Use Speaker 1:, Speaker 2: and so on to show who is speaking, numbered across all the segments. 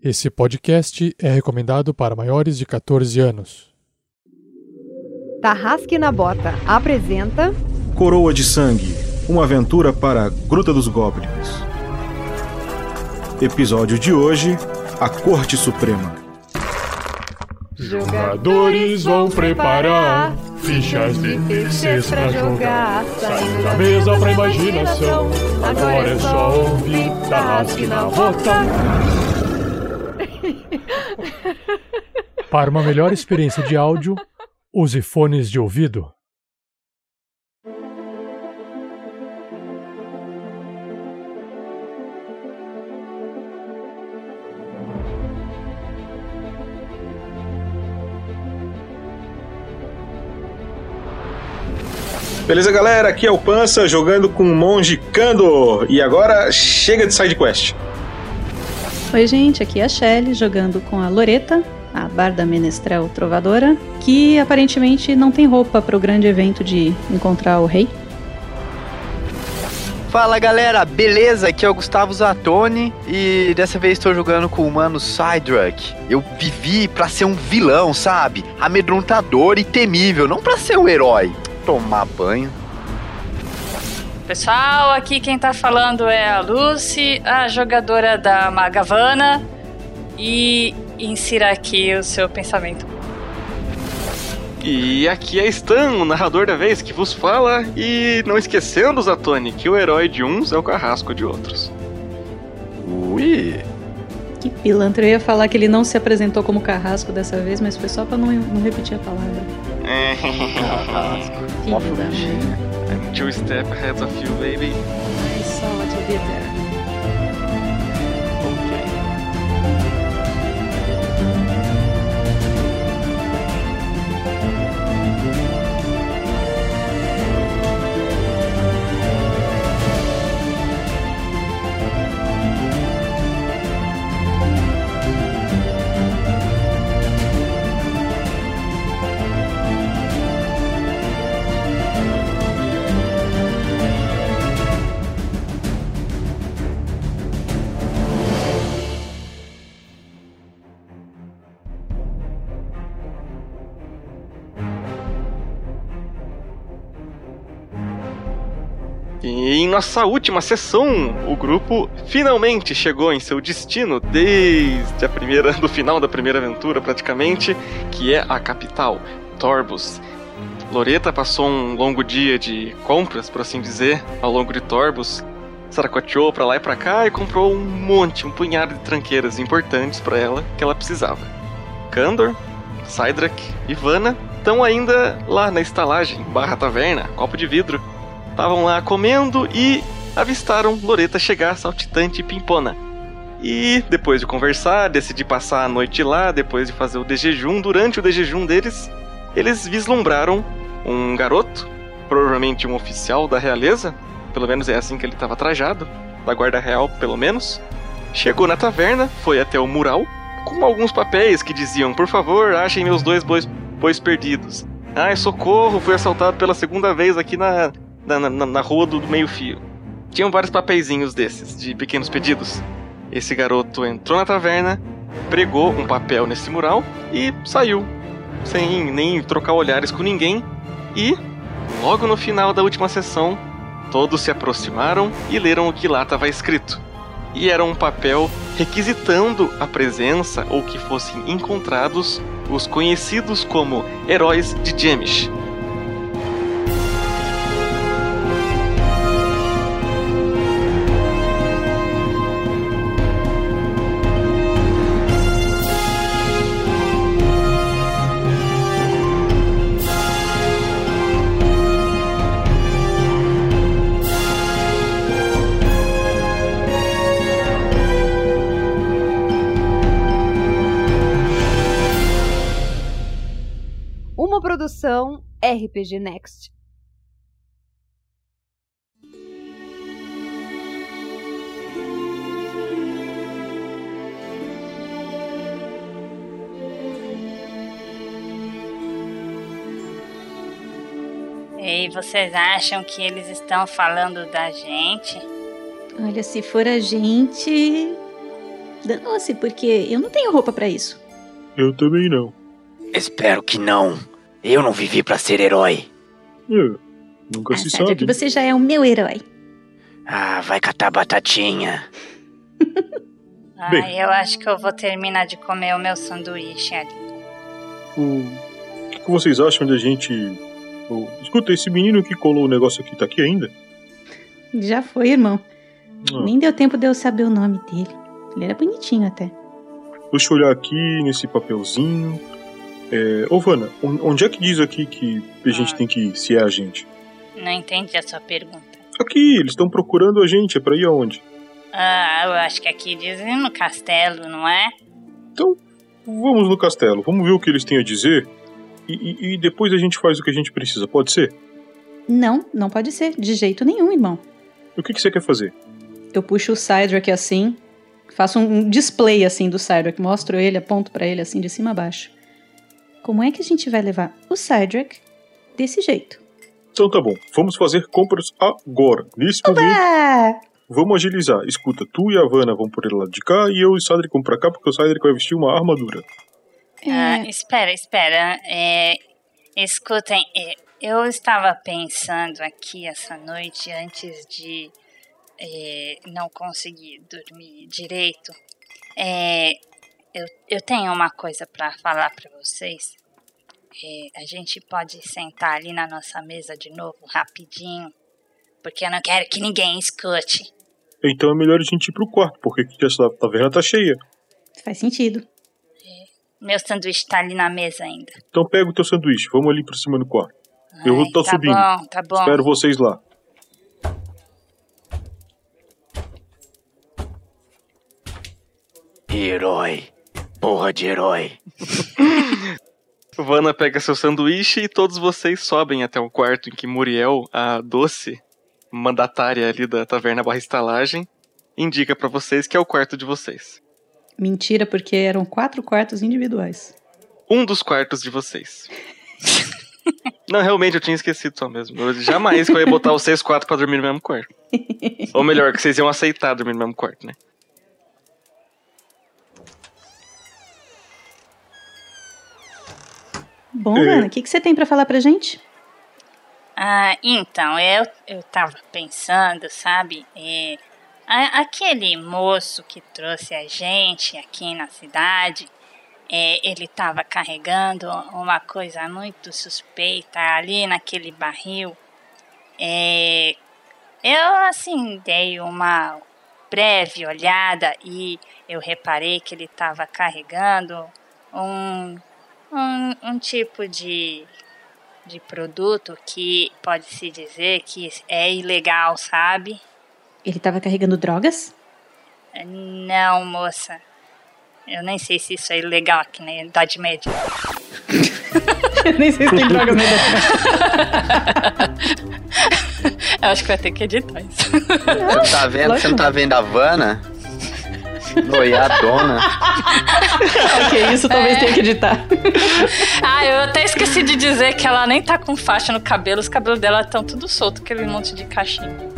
Speaker 1: Esse podcast é recomendado para maiores de 14 anos.
Speaker 2: Tarrasque na Bota apresenta
Speaker 3: Coroa de Sangue, uma aventura para a Gruta dos Goblins. Episódio de hoje, a Corte Suprema.
Speaker 4: Jogadores vão preparar fichas de terceiros pra jogar, saindo da mesa pra imaginação. Agora é só ouvir Tarrasque na Bota.
Speaker 1: Para uma melhor experiência de áudio, use fones de ouvido.
Speaker 3: Beleza, galera? Aqui é o Pança jogando com o Monge Kandor. E agora chega de side quest.
Speaker 5: Oi, gente, aqui é a Shelly jogando com a Loreta, a barda menestrel trovadora, que aparentemente não tem roupa para o grande evento de encontrar o rei.
Speaker 6: Fala, galera, beleza? Aqui é o Gustavo Zatoni e dessa vez estou jogando com o humano Cydrak. Eu vivi pra ser um vilão, sabe? Amedrontador e temível, não pra ser um herói. Tomar banho.
Speaker 7: Pessoal, aqui quem tá falando é a Lucy, a jogadora da Magavana, e insira aqui o seu pensamento.
Speaker 8: E aqui é Stan, o narrador da vez que vos fala, e não esquecendo, Zatoni, que o herói de uns é o carrasco de outros.
Speaker 6: Ui!
Speaker 5: Que pilantra, eu ia falar que ele não se apresentou como carrasco dessa vez, mas foi só pra não repetir a palavra.
Speaker 6: Carrasco.
Speaker 5: Filho da mãe.
Speaker 8: I'm 2 steps ahead of you, baby.
Speaker 5: I saw what you did there.
Speaker 8: E em nossa última sessão, o grupo finalmente chegou em seu destino desde do final da primeira aventura, praticamente, que é a capital, Torbus. Loreta passou um longo dia de compras, por assim dizer, ao longo de Torbus. Saracoteou pra lá e pra cá e comprou um punhado de tranqueiras importantes pra ela que ela precisava. Kandor, Cydrak e Vanna estão ainda lá na estalagem, /taverna, copo de vidro. Estavam lá comendo e avistaram Loreta chegar saltitante e pimpona. E depois de conversar, decidir passar a noite lá, depois de fazer o dejejum. Durante o dejejum deles, eles vislumbraram um garoto, provavelmente um oficial da realeza, pelo menos é assim que ele estava trajado, da guarda real pelo menos. Chegou na taverna, foi até o mural, com alguns papéis que diziam: por favor, achem meus 2 bois perdidos. Ai, socorro, fui assaltado pela segunda vez aqui na rua do meio-fio. Tinham vários papeizinhos desses, de pequenos pedidos. Esse garoto entrou na taverna, pregou um papel nesse mural e saiu, sem nem trocar olhares com ninguém. E, logo no final da última sessão, todos se aproximaram e leram o que lá estava escrito. E era um papel requisitando a presença ou que fossem encontrados os conhecidos como heróis de Jemish.
Speaker 2: uma produção RPG Next.
Speaker 7: E vocês acham que eles estão falando da gente?
Speaker 5: Olha, se for a gente... Danou-se, porque eu não tenho roupa pra isso.
Speaker 3: Eu também não.
Speaker 6: Espero que não. Eu não vivi pra ser herói.
Speaker 3: Nunca se
Speaker 5: Cydrak,
Speaker 3: sabe.
Speaker 5: você já é o meu herói.
Speaker 6: Ah, vai catar batatinha.
Speaker 3: Bem.
Speaker 7: Eu acho que eu vou terminar de comer o meu sanduíche ali.
Speaker 3: O que vocês acham de a gente... Escuta, esse menino que colou o negócio aqui tá aqui ainda?
Speaker 5: Já foi, irmão. Nem deu tempo de eu saber o nome dele. Ele era bonitinho até.
Speaker 3: Deixa eu olhar aqui nesse papelzinho. Ô, Vanna, onde é que diz aqui que a gente tem que ir, se é a gente?
Speaker 7: Não entendi a sua pergunta.
Speaker 3: Aqui, eles estão procurando a gente. É pra ir aonde?
Speaker 7: Eu acho que aqui dizem no castelo, não é?
Speaker 3: Então, vamos no castelo. Vamos ver o que eles têm a dizer. E depois a gente faz o que a gente precisa. Pode ser?
Speaker 5: Não pode ser. De jeito nenhum, irmão.
Speaker 3: O que você quer fazer?
Speaker 5: Eu puxo o Cydrak assim, faço um display assim do Cydrak, mostro ele, aponto pra ele assim de cima a baixo. Como é que a gente vai levar o Cydrak desse jeito?
Speaker 3: Então tá bom, vamos fazer compras agora. Nesse momento, vamos agilizar. Escuta, tu e a Vanna vão por ele lado de cá e eu e o Cydrak vamos pra cá porque o Cydrak vai vestir uma armadura.
Speaker 7: Espera. Escutem, eu estava pensando aqui essa noite antes de não conseguir dormir direito. Eu tenho uma coisa para falar para vocês. A gente pode sentar ali na nossa mesa de novo, rapidinho, porque eu não quero que ninguém escute.
Speaker 3: Então é melhor a gente ir pro quarto, porque aqui essa taverna tá cheia.
Speaker 5: Faz sentido.
Speaker 7: Meu sanduíche tá ali na mesa ainda.
Speaker 3: Então pega o teu sanduíche, vamos ali pra cima no quarto. Eu vou estar subindo.
Speaker 7: Tá bom.
Speaker 3: Espero vocês lá.
Speaker 6: Herói. Porra de herói.
Speaker 8: Vanna pega seu sanduíche e todos vocês sobem até o quarto em que Muriel, a doce mandatária ali da taverna barra estalagem, indica pra vocês que é o quarto de vocês.
Speaker 5: Mentira, porque eram 4 quartos individuais.
Speaker 8: Um dos quartos de vocês. Não, realmente eu tinha esquecido só mesmo. Jamais que eu ia botar vocês 4 pra dormir no mesmo quarto. Ou melhor, que vocês iam aceitar dormir no mesmo quarto, né?
Speaker 5: Bom, Vanna, o que você tem pra falar pra gente?
Speaker 7: Então, eu tava pensando, sabe? Aquele moço que trouxe a gente aqui na cidade, ele tava carregando uma coisa muito suspeita ali naquele barril. Eu, assim, dei uma breve olhada e eu reparei que ele tava carregando um tipo de produto que pode-se dizer que é ilegal, sabe?
Speaker 5: Ele tava carregando drogas?
Speaker 7: Não, moça. Eu nem sei se isso é ilegal aqui na Idade Média.
Speaker 5: Eu nem sei se tem drogas na Idade
Speaker 7: Média. Eu acho que vai ter que editar isso.
Speaker 6: Você não tá vendo a Vanna? Noiadona.
Speaker 5: Ok, isso talvez tenha que editar.
Speaker 7: Eu até esqueci de dizer que ela nem tá com faixa no cabelo. Os cabelos dela estão tudo solto, aquele monte de cachimbo.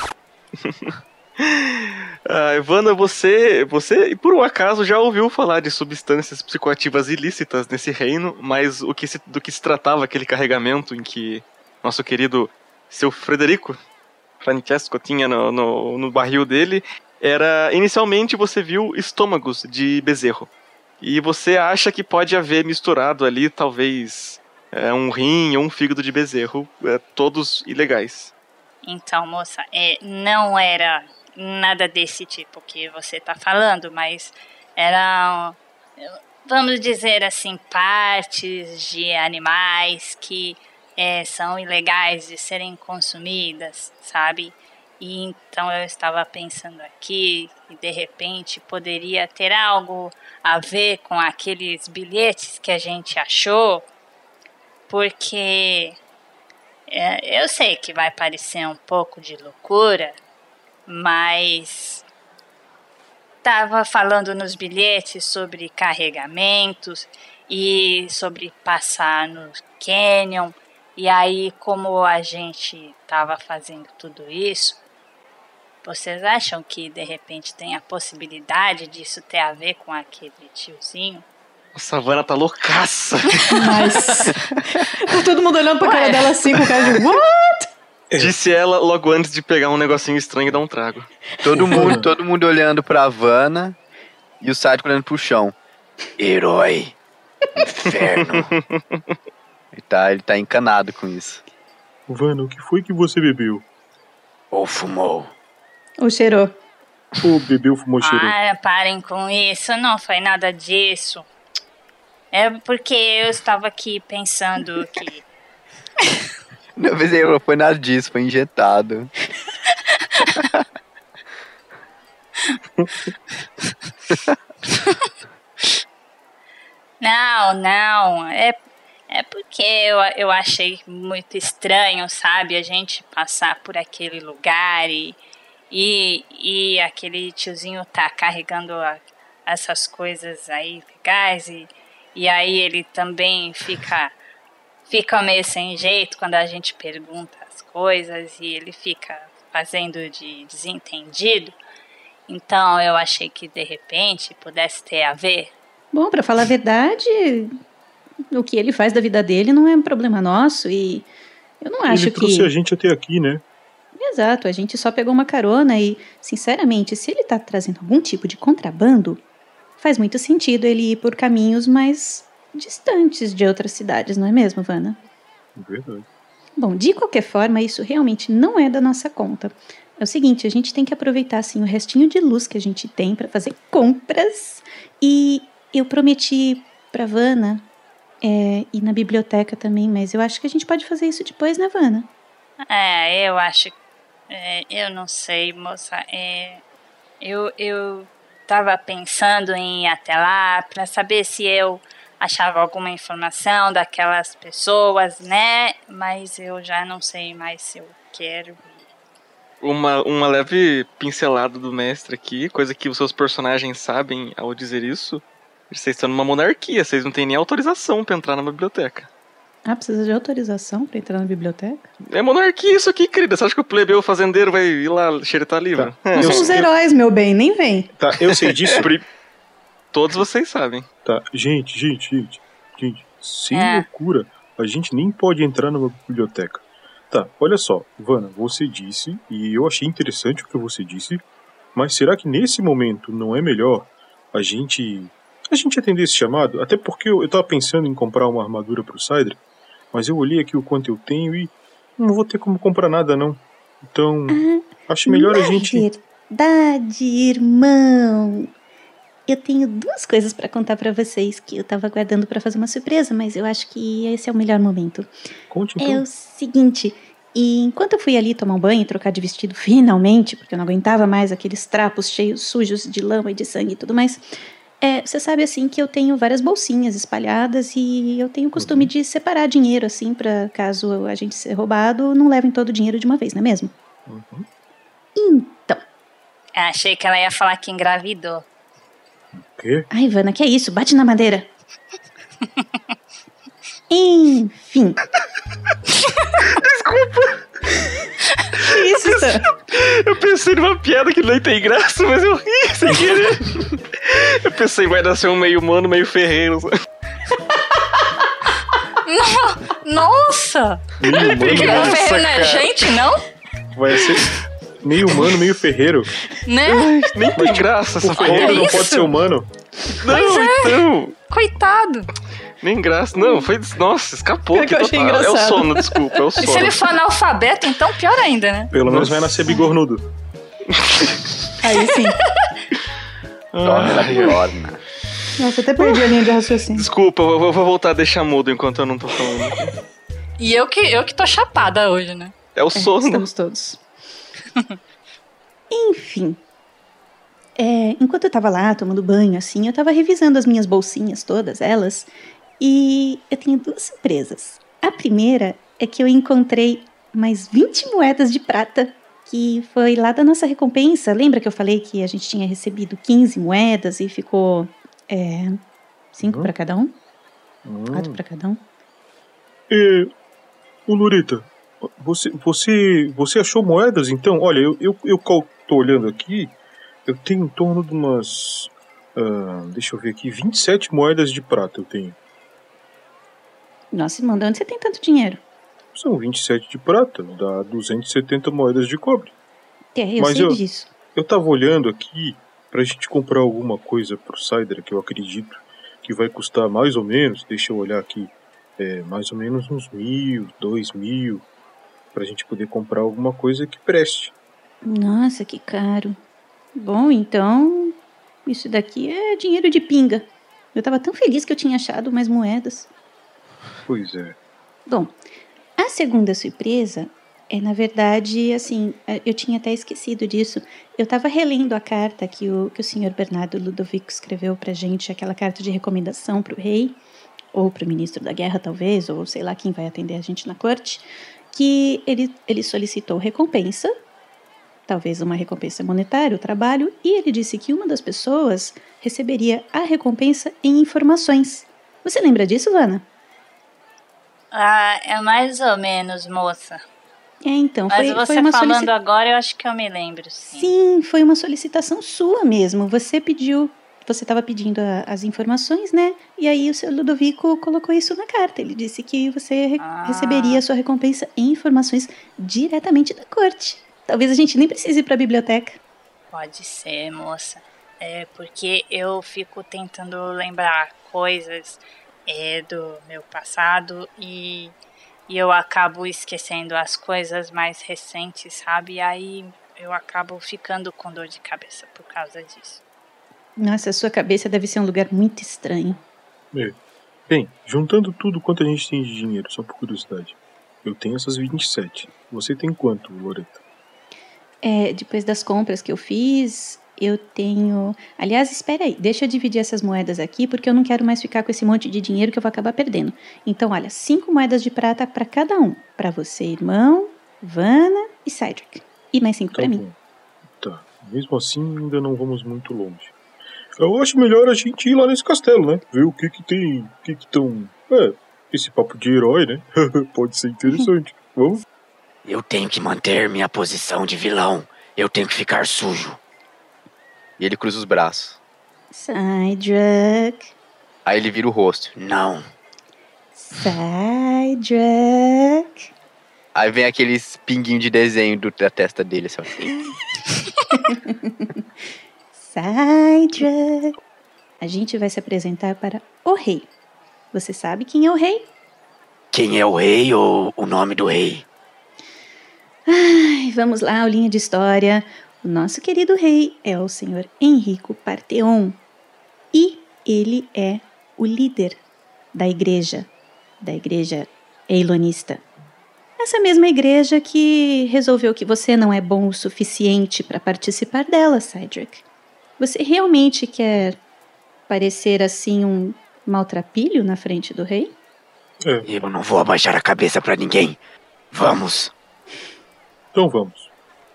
Speaker 8: Vanna, você por um acaso já ouviu falar de substâncias psicoativas ilícitas nesse reino, mas do que se tratava aquele carregamento em que nosso querido seu Frederico Francesco tinha no barril dele era, inicialmente você viu estômagos de bezerro. E você acha que pode haver misturado ali, talvez, um rim ou um fígado de bezerro, todos ilegais.
Speaker 7: Então, moça, não era nada desse tipo que você tá falando, mas eram, vamos dizer assim, partes de animais que são ilegais de serem consumidas, sabe? E então eu estava pensando aqui e de repente poderia ter algo a ver com aqueles bilhetes que a gente achou, porque eu sei que vai parecer um pouco de loucura, mas estava falando nos bilhetes sobre carregamentos e sobre passar no canyon, e aí como a gente estava fazendo tudo isso, Vocês acham que, de repente, tem a possibilidade disso ter a ver com aquele tiozinho?
Speaker 8: A Savana tá loucaça.
Speaker 5: Mas... tá todo mundo olhando pra cara dela assim, com o cara de... What?
Speaker 8: Disse ela logo antes de pegar um negocinho estranho e dar um trago.
Speaker 6: Todo mundo olhando pra Havana e o Cydric olhando pro chão. Herói. Inferno. Ele tá encanado com isso.
Speaker 3: Havana, o que foi que você bebeu?
Speaker 6: Ou fumou.
Speaker 5: Ou cheirou.
Speaker 3: Ou bebeu, fumou, cheirou?
Speaker 7: Parem com isso, não foi nada disso. É porque eu estava aqui pensando que...
Speaker 6: Não foi nada disso, foi injetado.
Speaker 7: Não, é porque eu achei muito estranho, sabe? A gente passar por aquele lugar e aquele tiozinho tá carregando essas coisas aí legais e aí ele também fica meio sem jeito quando a gente pergunta as coisas e ele fica fazendo de desentendido. Então eu achei que de repente pudesse ter a ver.
Speaker 5: Bom, pra falar a verdade, o que ele faz da vida dele não é um problema nosso e eu não acho que...
Speaker 3: Ele trouxe a gente até aqui, né?
Speaker 5: Exato, a gente só pegou uma carona e, sinceramente, se ele tá trazendo algum tipo de contrabando, faz muito sentido ele ir por caminhos mais distantes de outras cidades, não é mesmo, Vanna?
Speaker 3: Verdade.
Speaker 5: Bom, de qualquer forma, isso realmente não é da nossa conta. É o seguinte, a gente tem que aproveitar, assim, o restinho de luz que a gente tem pra fazer compras e eu prometi pra Vanna ir na biblioteca também, mas eu acho que a gente pode fazer isso depois, né, Vanna?
Speaker 7: Eu acho... eu não sei, moça. Eu tava pensando em ir até lá pra saber se eu achava alguma informação daquelas pessoas, né? Mas eu já não sei mais se eu quero.
Speaker 8: Uma leve pincelada do mestre aqui, coisa que os seus personagens sabem ao dizer isso. Vocês estão numa monarquia, vocês não têm nem autorização pra entrar na biblioteca.
Speaker 5: Ah, precisa de autorização pra entrar na biblioteca?
Speaker 8: É monarquia isso aqui, querida. Você acha que o plebeu fazendeiro vai ir lá xeretar livro?
Speaker 3: Tá.
Speaker 5: Nós somos heróis, meu bem, nem vem.
Speaker 3: Tá, eu sei disso.
Speaker 8: Todos vocês sabem.
Speaker 3: Tá, gente, sem loucura, a gente nem pode entrar numa biblioteca. Tá, olha só, Vanna, você disse, e eu achei interessante o que você disse, mas será que nesse momento não é melhor a gente atender esse chamado? Até porque eu tava pensando em comprar uma armadura pro Cydric, mas eu olhei aqui o quanto eu tenho e não vou ter como comprar nada, não. Então, acho melhor a gente...
Speaker 5: Verdade, irmão. Eu tenho 2 coisas pra contar pra vocês que eu tava aguardando pra fazer uma surpresa, mas eu acho que esse é o melhor momento.
Speaker 3: Conte, então.
Speaker 5: É o seguinte, enquanto eu fui ali tomar um banho e trocar de vestido finalmente, porque eu não aguentava mais aqueles trapos cheios, sujos de lama e de sangue e tudo mais... você sabe, assim, que eu tenho várias bolsinhas espalhadas e eu tenho o costume de separar dinheiro, assim, pra caso a gente ser roubado, não levem todo o dinheiro de uma vez, não é mesmo? Então.
Speaker 7: Achei que ela ia falar que engravidou.
Speaker 3: O quê?
Speaker 5: Ai, Vanna, que é isso? Bate na madeira. Enfim.
Speaker 8: Desculpa.
Speaker 5: Que isso, Sam?
Speaker 8: Eu pensei numa piada que nem tem graça, mas eu ri sem querer. Eu pensei, vai nascer um meio humano, meio ferreiro.
Speaker 7: Nossa!
Speaker 3: Meio humano,
Speaker 7: Ferreiro não é gente, não?
Speaker 3: Vai ser meio humano, meio ferreiro.
Speaker 7: Né?
Speaker 8: Nem tem graça essa
Speaker 3: O ferreiro não
Speaker 7: isso?
Speaker 3: pode ser humano.
Speaker 8: Não, então.
Speaker 7: Coitado.
Speaker 8: Nem graça. Não, foi... Nossa, escapou.
Speaker 5: É que eu achei
Speaker 8: total. É o
Speaker 5: engraçado.
Speaker 8: sono, desculpa. É o
Speaker 7: E se
Speaker 8: sono.
Speaker 7: ele for analfabeto, então pior ainda, né?
Speaker 3: Pelo menos vai nascer bigornudo.
Speaker 5: Aí sim. Nossa, até perdi a linha de raciocínio.
Speaker 8: Desculpa, eu vou voltar a deixar mudo enquanto eu não tô falando.
Speaker 7: E eu que tô chapada hoje, né?
Speaker 8: É o sono.
Speaker 5: Estamos todos. Enfim. Enquanto eu tava lá tomando banho, assim, eu tava revisando as minhas bolsinhas, todas elas, e eu tenho 2 surpresas. A primeira é que eu encontrei mais 20 moedas de prata, que foi lá da nossa recompensa. Lembra que eu falei que a gente tinha recebido 15 moedas e ficou 5 pra cada um? 4 pra cada um?
Speaker 3: Ô Loreta, você achou moedas então? Olha, eu tô olhando aqui, eu tenho em torno de umas... deixa eu ver aqui, 27 moedas de prata eu tenho.
Speaker 5: Nossa, irmão, de onde você tem tanto dinheiro?
Speaker 3: São 27 de prata, dá 270 moedas de cobre.
Speaker 5: Eu
Speaker 3: Mas
Speaker 5: sei disso.
Speaker 3: Eu tava olhando aqui pra gente comprar alguma coisa pro Cider, que eu acredito que vai custar mais ou menos, deixa eu olhar aqui, mais ou menos uns 1.000, 2.000, pra gente poder comprar alguma coisa que preste.
Speaker 5: Nossa, que caro. Bom, então, isso daqui é dinheiro de pinga. Eu tava tão feliz que eu tinha achado mais moedas.
Speaker 3: Pois é.
Speaker 5: Bom, a segunda surpresa é, na verdade, assim, eu tinha até esquecido disso. Eu estava relendo a carta que o senhor Bernardo Ludovico escreveu pra gente, aquela carta de recomendação pro rei, ou pro ministro da guerra, talvez, ou sei lá quem vai atender a gente na corte, que ele solicitou recompensa, talvez uma recompensa monetária, o trabalho, e ele disse que uma das pessoas receberia a recompensa em informações. Você lembra disso, Vana?
Speaker 7: É mais ou menos, moça.
Speaker 5: Então,
Speaker 7: mas
Speaker 5: foi
Speaker 7: você
Speaker 5: uma
Speaker 7: falando agora, eu acho que eu me lembro, sim.
Speaker 5: Sim, foi uma solicitação sua mesmo. Você estava pedindo as informações, né? E aí o seu Ludovico colocou isso na carta. Ele disse que você receberia a sua recompensa em informações diretamente da corte. Talvez a gente nem precise ir para a biblioteca.
Speaker 7: Pode ser, moça. Porque eu fico tentando lembrar coisas do meu passado e eu acabo esquecendo as coisas mais recentes, sabe? E aí eu acabo ficando com dor de cabeça por causa disso.
Speaker 5: Nossa, a sua cabeça deve ser um lugar muito estranho.
Speaker 3: Bem, juntando tudo quanto a gente tem de dinheiro, só por curiosidade. Eu tenho essas 27. Você tem quanto, Loreta?
Speaker 5: Depois das compras que eu fiz, eu tenho... Aliás, espera aí, deixa eu dividir essas moedas aqui, porque eu não quero mais ficar com esse monte de dinheiro que eu vou acabar perdendo. Então, olha, 5 moedas de prata para cada um. Para você, irmão, Vana e Cedric. E mais 5 para mim.
Speaker 3: Tá, mesmo assim ainda não vamos muito longe. Eu acho melhor a gente ir lá nesse castelo, né? Ver o que tem, o que estão... esse papo de herói, né? Pode ser interessante. Vamos?
Speaker 9: Eu tenho que manter minha posição de vilão. Eu tenho que ficar sujo.
Speaker 6: E ele cruza os braços.
Speaker 5: Cedric.
Speaker 6: Aí ele vira o rosto.
Speaker 9: Não.
Speaker 5: Cedric.
Speaker 6: Aí vem aqueles pinguinhos de desenho da testa dele, assim.
Speaker 5: Cedric. A gente vai se apresentar para o rei. Você sabe quem é o rei?
Speaker 9: Quem é o rei ou o nome do rei?
Speaker 5: Ai, vamos lá, aulinha de história. O nosso querido rei é o senhor Henrico Partheon. E ele é o líder da igreja eilonista. Essa mesma igreja que resolveu que você não é bom o suficiente para participar dela, Cedric. Você realmente quer parecer assim um maltrapilho na frente do rei?
Speaker 9: Eu não vou abaixar a cabeça para ninguém. Vamos.
Speaker 3: Então vamos.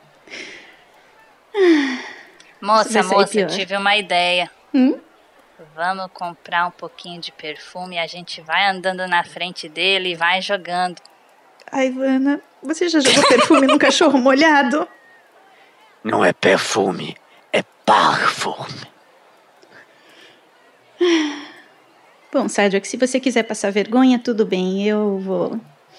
Speaker 7: Moça, tive uma ideia. Vamos comprar um pouquinho de perfume e a gente vai andando na frente dele e vai jogando.
Speaker 5: Ai, Vana, você já jogou perfume num cachorro molhado?
Speaker 9: Não é perfume, é parfume.
Speaker 5: Bom, Cedric, se você quiser passar vergonha, tudo bem, eu vou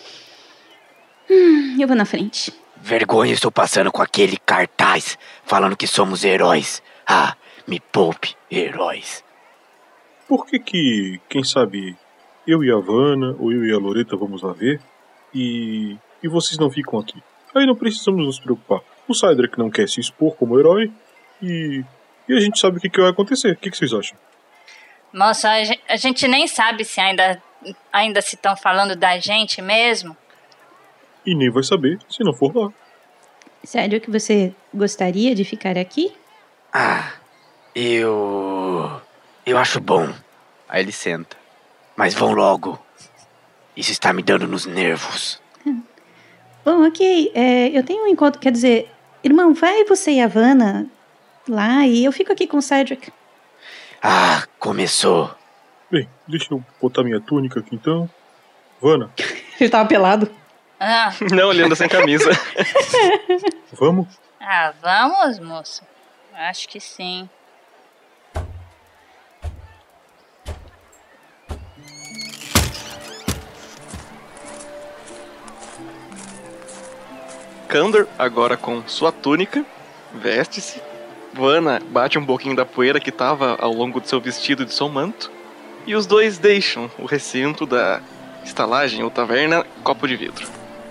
Speaker 5: na frente.
Speaker 9: Vergonha estou passando com aquele cartaz falando que somos heróis. Ah, me poupe, heróis.
Speaker 3: Por que, quem sabe, eu e a Vana, ou eu e a Loreta vamos lá ver, e vocês não ficam aqui? Aí não precisamos nos preocupar. O Cedric não quer se expor como herói, e a gente sabe o que vai acontecer. O que vocês acham?
Speaker 7: Nossa, a gente nem sabe se ainda se estão falando da gente mesmo.
Speaker 3: E nem vai saber se não for lá.
Speaker 5: Sério que você gostaria de ficar aqui?
Speaker 9: Eu acho bom.
Speaker 6: Aí ele senta.
Speaker 9: Mas vão logo. Isso está me dando nos nervos.
Speaker 5: Bom, ok. Eu tenho um encontro, quer dizer... Irmão, vai você e a Vana lá e eu fico aqui com o Cedric.
Speaker 9: Começou.
Speaker 3: Bem, deixa eu botar minha túnica aqui então. Vana.
Speaker 5: Ele tava pelado.
Speaker 8: Não, ele anda sem camisa.
Speaker 3: Vamos?
Speaker 7: Ah, vamos, moço? Acho que sim.
Speaker 8: Kandor, agora com sua túnica, veste-se. Vana bate um pouquinho da poeira que estava ao longo do seu vestido e do seu manto. E os dois deixam o recinto da estalagem ou taverna Copo de Vidro.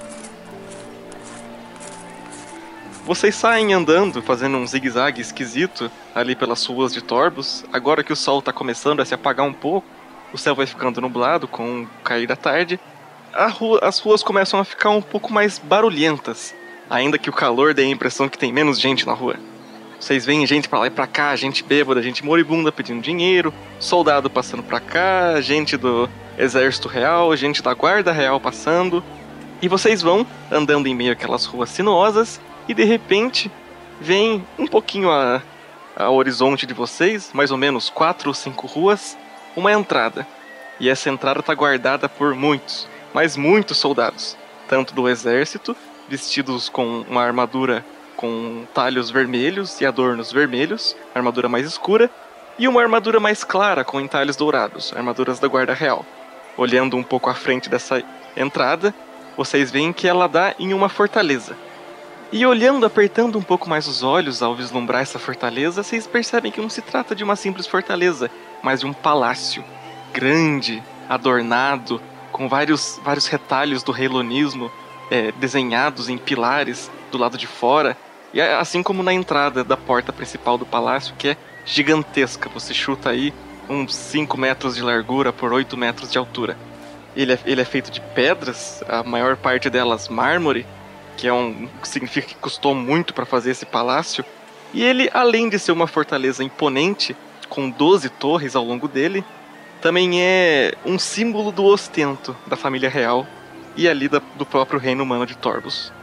Speaker 8: Vocês saem andando, fazendo um zigue-zague esquisito ali pelas ruas de Torbos. Agora que o sol está começando a se apagar um pouco, o céu vai ficando nublado com o cair da tarde. As ruas começam a ficar um pouco mais barulhentas, ainda que o calor dê a impressão que tem menos gente na rua. Vocês veem gente pra lá e pra cá, gente bêbada, gente moribunda pedindo dinheiro, soldado passando pra cá, gente do exército real, gente da guarda real passando. E vocês vão andando em meio àquelas ruas sinuosas e de repente vem um pouquinho ao horizonte de vocês, mais ou menos 4 ou 5 ruas, uma entrada. E essa entrada tá guardada por muitos, mas muitos soldados, tanto do exército, vestidos com uma armadura com talhos vermelhos e adornos vermelhos, armadura mais escura, e uma armadura mais clara com entalhes dourados, armaduras da guarda real. Olhando um pouco à frente dessa entrada, vocês veem que ela dá em uma fortaleza. E olhando, apertando um pouco mais os olhos ao vislumbrar essa fortaleza, vocês percebem que não se trata de uma simples fortaleza, mas de um palácio grande, adornado, com vários retalhos do heilonismo desenhados em pilares do lado de fora, e assim como na entrada da porta principal do palácio, que é gigantesca. Você chuta aí uns 5 metros de largura por 8 metros de altura. Ele é feito de pedras, a maior parte delas mármore, que significa que custou muito para fazer esse palácio. E ele, além de ser uma fortaleza imponente, com 12 torres ao longo dele, também é um símbolo do ostento da família real e ali do próprio reino humano de Torbos.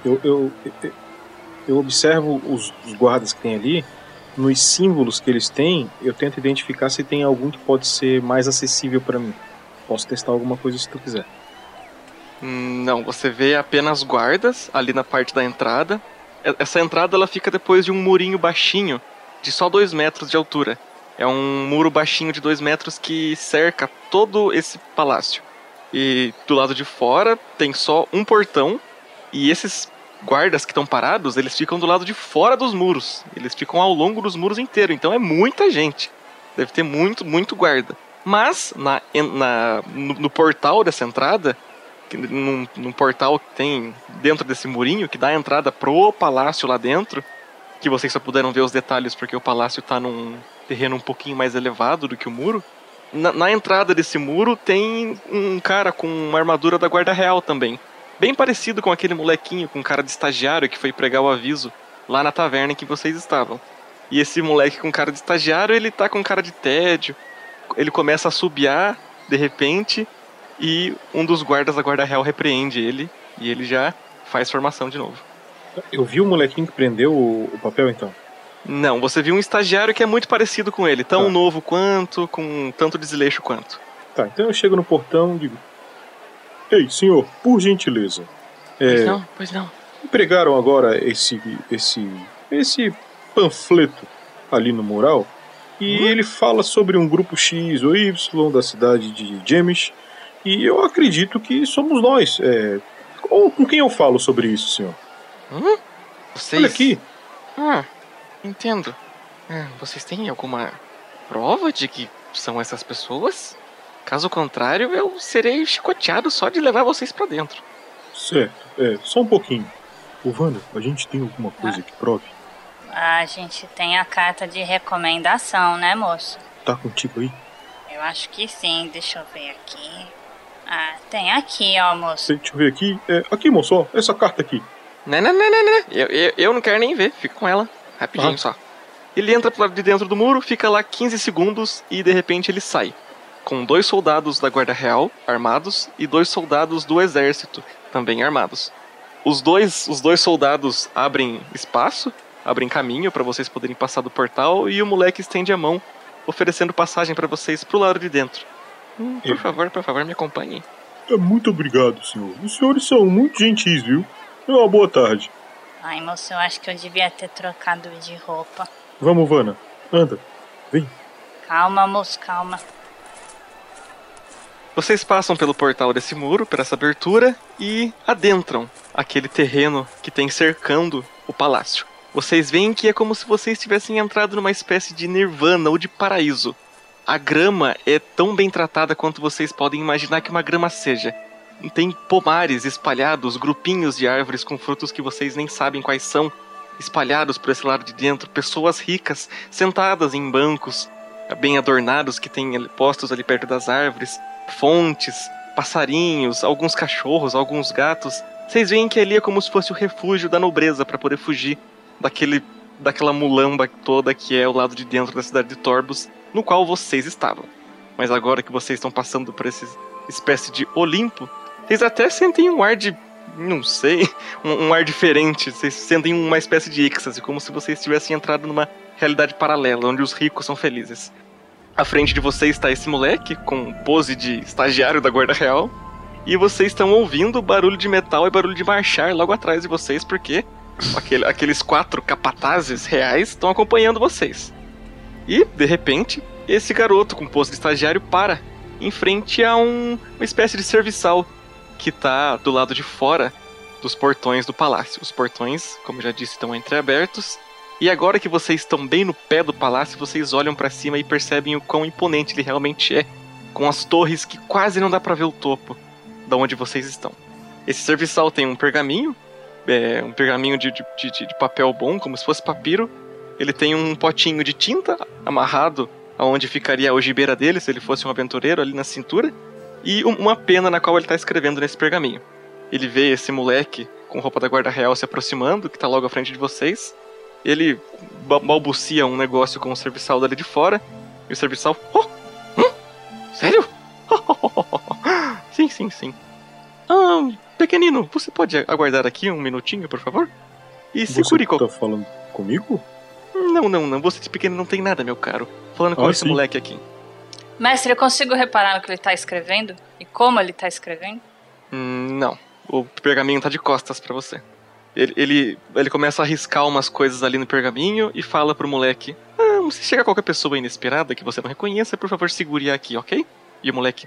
Speaker 3: Eu observo os guardas que tem ali, nos símbolos que eles têm, eu tento identificar se tem algum que pode ser mais acessível para mim. Posso testar alguma coisa se tu quiser.
Speaker 8: Não, você vê apenas guardas ali na parte da entrada. Essa entrada ela fica depois de um murinho baixinho, de só 2 metros de altura. É um muro baixinho de 2 metros que cerca todo esse palácio. E do lado de fora tem só um portão, e esses guardas que estão parados, eles ficam do lado de fora dos muros. Eles ficam ao longo dos muros inteiros, então é muita gente. Deve ter muito guarda. Mas no portal dessa entrada, num portal que tem dentro desse murinho, que dá a entrada pro palácio lá dentro, que vocês só puderam ver os detalhes porque o palácio tá num terreno um pouquinho mais elevado do que o muro. Na entrada desse muro tem um cara com uma armadura da guarda real também. Bem parecido com aquele molequinho com cara de estagiário que foi pregar o aviso lá na taverna em que vocês estavam. E esse moleque com cara de estagiário, ele tá com cara de tédio. Ele começa a assobiar, de repente, e um dos guardas da guarda real repreende ele, e ele já faz formação de novo.
Speaker 3: Eu vi o molequinho que prendeu o papel, então?
Speaker 8: Não, você viu um estagiário que é muito parecido com ele, tão novo quanto, com tanto desleixo quanto.
Speaker 3: Tá, então eu chego no portão e digo: ei, senhor, por gentileza.
Speaker 8: Pois não.
Speaker 3: Pregaram agora esse panfleto ali no mural, e ele fala sobre um grupo X ou Y da cidade de Jemish, e eu acredito que somos nós. Com quem eu falo sobre isso, senhor?
Speaker 8: Vocês...
Speaker 3: Olha aqui.
Speaker 8: Entendo. Vocês têm alguma prova de que são essas pessoas? Caso contrário, eu serei chicoteado só de levar vocês pra dentro.
Speaker 3: Certo, só um pouquinho. Wanda, a gente tem alguma coisa que prove?
Speaker 7: A gente tem a carta de recomendação, né, moço?
Speaker 3: Tá contigo aí?
Speaker 7: Eu acho que sim, deixa eu ver aqui. Tem aqui, ó, moço.
Speaker 3: Deixa eu ver aqui. Aqui, moço, ó, essa carta aqui.
Speaker 8: Não. Eu não quero nem ver, fica com ela. Rapidinho só. Ele entra pro lado de dentro do muro, fica lá 15 segundos e de repente ele sai. Com 2 soldados da guarda real, armados, e 2 soldados do exército, também armados. Os dois soldados abrem espaço, abrem caminho para vocês poderem passar do portal, e o moleque estende a mão, oferecendo passagem para vocês pro lado de dentro. Por favor, me acompanhem.
Speaker 3: Muito obrigado, senhor. Os senhores são muito gentis, viu? Uma boa tarde.
Speaker 7: Ai, moço, eu acho que eu devia ter trocado de roupa.
Speaker 3: Vamos, Vanna. Anda. Vem.
Speaker 7: Calma, moço, calma.
Speaker 8: Vocês passam pelo portal desse muro, por essa abertura, e adentram aquele terreno que tem cercando o palácio. Vocês veem que é como se vocês tivessem entrado numa espécie de nirvana ou de paraíso. A grama é tão bem tratada quanto vocês podem imaginar que uma grama seja. Tem pomares espalhados, grupinhos de árvores com frutos que vocês nem sabem quais são, espalhados por esse lado de dentro, pessoas ricas, sentadas em bancos, bem adornados, que tem postos ali perto das árvores, fontes, passarinhos, alguns cachorros, alguns gatos. Vocês veem que ali é como se fosse o refúgio da nobreza para poder fugir daquela mulamba toda que é o lado de dentro da cidade de Torbos, no qual vocês estavam. Mas agora que vocês estão passando por essa espécie de Olimpo, vocês até sentem um ar de... não sei, um ar diferente. Vocês sentem uma espécie de êxtase, como se vocês tivessem entrado numa realidade paralela, onde os ricos são felizes. À frente de vocês está esse moleque, com pose de estagiário da Guarda Real, e vocês estão ouvindo barulho de metal e barulho de marchar logo atrás de vocês, porque aqueles 4 capatazes reais estão acompanhando vocês. E, de repente, esse garoto com pose de estagiário para em frente a uma espécie de serviçal que está do lado de fora dos portões do palácio. Os portões, como já disse, estão entreabertos. E agora que vocês estão bem no pé do palácio, vocês olham para cima e percebem o quão imponente ele realmente é, com as torres que quase não dá para ver o topo de onde vocês estão. Esse serviçal tem um pergaminho de papel bom, como se fosse papiro. Ele tem um potinho de tinta amarrado aonde ficaria a algibeira dele, se ele fosse um aventureiro, ali na cintura, e uma pena na qual ele está escrevendo nesse pergaminho. Ele vê esse moleque com roupa da Guarda Real se aproximando, que está logo à frente de vocês. Ele balbucia um negócio com o serviçal dali de fora, e o serviçal... Sério? Sim. Pequenino, você pode aguardar aqui um minutinho, por favor? E segure...
Speaker 3: Você tá falando comigo?
Speaker 8: Não. Você de pequeno não tem nada, meu caro. Falando com esse moleque aqui.
Speaker 7: Mestre, eu consigo reparar no que ele tá escrevendo? E como ele tá escrevendo?
Speaker 8: Não. O pergaminho tá de costas pra você. Ele começa a riscar umas coisas ali no pergaminho e fala pro moleque: se chega qualquer pessoa inesperada que você não reconheça, por favor, segure aqui, ok? E o moleque: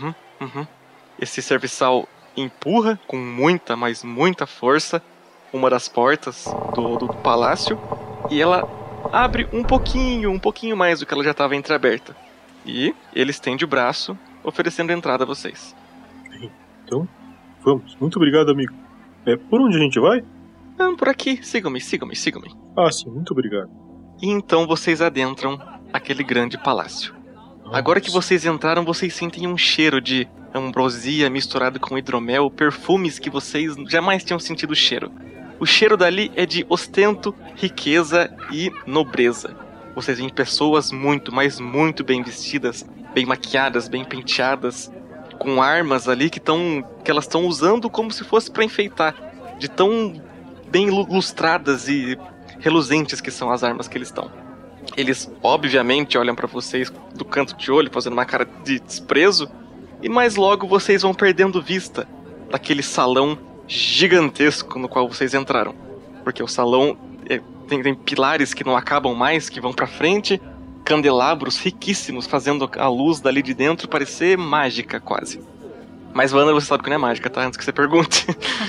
Speaker 8: Esse serviçal empurra com muita, mas muita força uma das portas do palácio, e ela abre um pouquinho mais do que ela já estava entreaberta. E ele estende o braço, oferecendo entrada a vocês.
Speaker 3: Então, vamos. Muito obrigado, amigo. Por onde a gente vai?
Speaker 8: Por aqui. Sigam-me.
Speaker 3: Sim, muito obrigado.
Speaker 8: E então vocês adentram aquele grande palácio. Nossa. Agora que vocês entraram, vocês sentem um cheiro de ambrosia misturado com hidromel, perfumes que vocês jamais tinham sentido o cheiro. O cheiro dali é de ostento, riqueza e nobreza. Vocês veem pessoas muito, mas muito bem vestidas, bem maquiadas, bem penteadas, com armas ali que elas estão usando como se fosse para enfeitar, de tão bem lustradas e reluzentes que são as armas que eles estão. Eles, obviamente, olham para vocês do canto de olho, fazendo uma cara de desprezo, e mais logo vocês vão perdendo vista daquele salão gigantesco no qual vocês entraram. Porque o salão tem pilares que não acabam mais, que vão pra frente, candelabros riquíssimos, fazendo a luz dali de dentro parecer mágica quase. Mas, Wanda, você sabe que não é mágica, tá? Antes que você pergunte.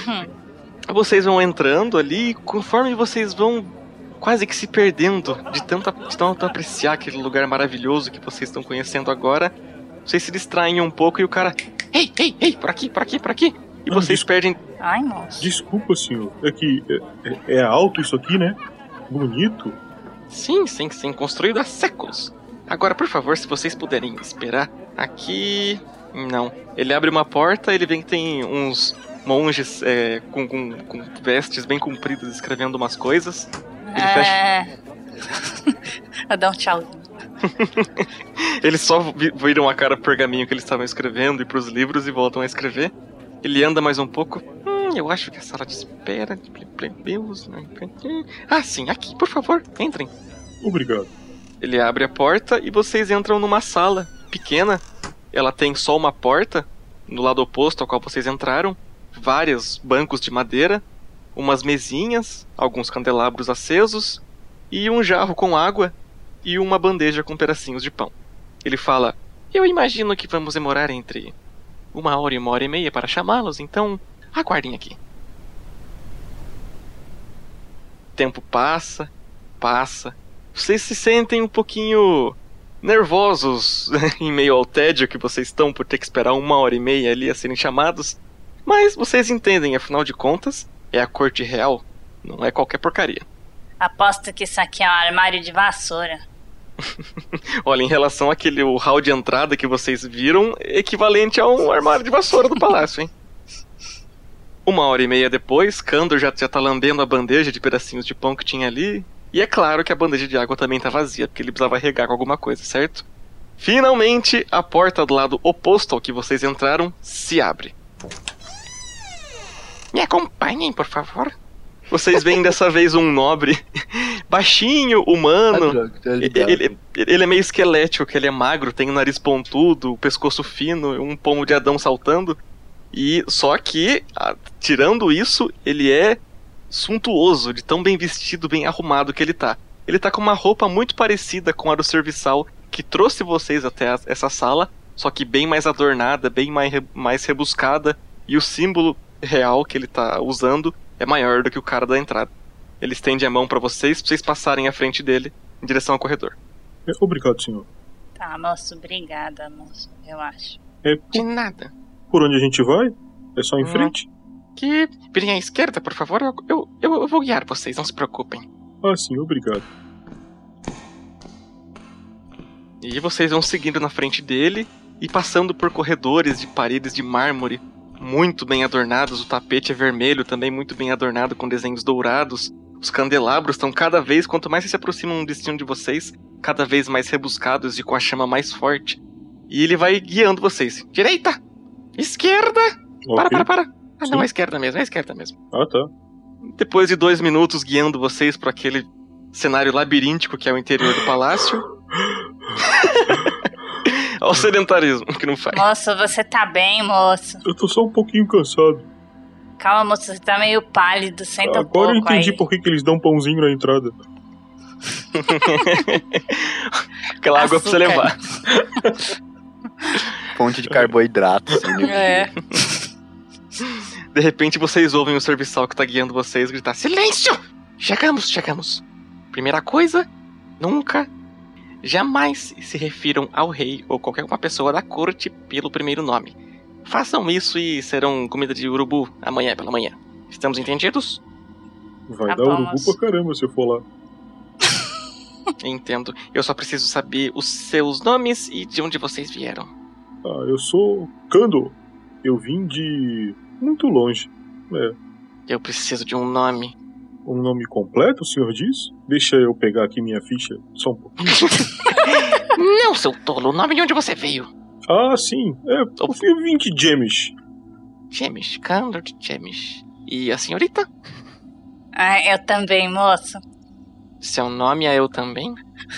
Speaker 8: Vocês vão entrando ali, e conforme vocês vão quase que se perdendo de tanto apreciar aquele lugar maravilhoso que vocês estão conhecendo agora, vocês se distraem um pouco e o cara... Ei, por aqui. E vocês perdem...
Speaker 7: Ai, nossa.
Speaker 3: Desculpa, senhor. É que é alto isso aqui, né? Bonito.
Speaker 8: Sim, construído há séculos. Agora, por favor, se vocês puderem esperar aqui... Não. Ele abre uma porta, ele vê que tem uns monges com vestes bem compridas escrevendo umas coisas. Ele fecha...
Speaker 7: Vou dar um tchauzinho.
Speaker 8: Eles só viram a cara pro pergaminho que eles estavam escrevendo e pros livros e voltam a escrever. Ele anda mais um pouco. Eu acho que a sala de espera de plebeus... sim, aqui, por favor, entrem.
Speaker 3: Obrigado.
Speaker 8: Ele abre a porta e vocês entram numa sala pequena. Ela tem só uma porta no lado oposto ao qual vocês entraram. Vários bancos de madeira. umas mesinhas, alguns candelabros acesos e um jarro com água e uma bandeja com pedacinhos de pão. Ele fala: eu imagino que vamos demorar entre 1 hora e 1h30 para chamá-los, então aguardem aqui. O tempo passa. Vocês se sentem um pouquinho nervosos em meio ao tédio que vocês estão por ter que esperar 1h30 ali a serem chamados. Mas vocês entendem, afinal de contas, é a corte real, não é qualquer porcaria.
Speaker 7: Aposto que isso aqui é um armário de vassoura.
Speaker 8: Olha, em relação o hall de entrada que vocês viram, é equivalente a um armário de vassoura do palácio, hein? 1h30 depois, Kandor já tá lambendo a bandeja de pedacinhos de pão que tinha ali. E é claro que a bandeja de água também tá vazia, porque ele precisava regar com alguma coisa, certo? Finalmente, a porta do lado oposto ao que vocês entraram se abre. Me acompanhem, por favor. Vocês veem dessa vez um nobre, baixinho, humano. Ele é meio esquelético, que ele é magro, tem o nariz pontudo, o pescoço fino, um pomo de Adão saltando. E só que, tirando isso, ele é suntuoso, de tão bem vestido, bem arrumado que ele tá. Ele tá com uma roupa muito parecida com a do serviçal que trouxe vocês até essa sala, só que bem mais adornada, bem mais rebuscada, e o símbolo real que ele tá usando é maior do que o cara da entrada. Ele estende a mão pra vocês passarem à frente dele, em direção ao corredor.
Speaker 3: Obrigado, senhor.
Speaker 7: Tá, moço, obrigada, moço, eu acho.
Speaker 8: De nada.
Speaker 3: Por onde a gente vai? É só em frente?
Speaker 8: Que virem à esquerda, por favor. Eu vou guiar vocês, não se preocupem.
Speaker 3: Ah, sim, obrigado.
Speaker 8: E vocês vão seguindo na frente dele e passando por corredores de paredes de mármore muito bem adornados. O tapete é vermelho, também muito bem adornado com desenhos dourados. Os candelabros estão cada vez, quanto mais se aproximam do destino de vocês, cada vez mais rebuscados e com a chama mais forte. E ele vai guiando vocês. Direita! Esquerda!
Speaker 3: Okay.
Speaker 8: Para. Ah, não, é esquerda mesmo.
Speaker 3: Ah, tá.
Speaker 8: Depois de 2 minutos guiando vocês para aquele cenário labiríntico que é o interior do palácio. Olha o sedentarismo que não faz.
Speaker 7: Moço, você tá bem, moço?
Speaker 3: Eu tô só um pouquinho cansado.
Speaker 7: Calma, moço, você tá meio pálido, senta um pouco.
Speaker 3: Agora eu entendi
Speaker 7: aí.
Speaker 3: por que eles dão pãozinho na entrada.
Speaker 8: Aquela água pra você levar.
Speaker 6: Fonte de carboidratos.
Speaker 8: De repente vocês ouvem o serviçal que tá guiando vocês gritar: silêncio! Chegamos. Primeira coisa, nunca, jamais se refiram ao rei ou qualquer uma pessoa da corte pelo primeiro nome. Façam isso e serão comida de urubu amanhã pela manhã. Estamos entendidos?
Speaker 3: Vai dar urubu pra caramba se eu for lá.
Speaker 8: Entendo. Eu só preciso saber os seus nomes e de onde vocês vieram.
Speaker 3: Ah, eu sou Kandor. Eu vim de muito longe.
Speaker 8: Eu preciso de um nome.
Speaker 3: Um nome completo, o senhor diz? Deixa eu pegar aqui minha ficha só um pouquinho.
Speaker 8: Não, seu tolo. O nome de onde você veio?
Speaker 3: Ah, sim. Eu vim de Jemish.
Speaker 8: Jemish, Kandor de Jemish. E a senhorita?
Speaker 7: Ah, eu também, moço.
Speaker 8: Seu nome é eu também?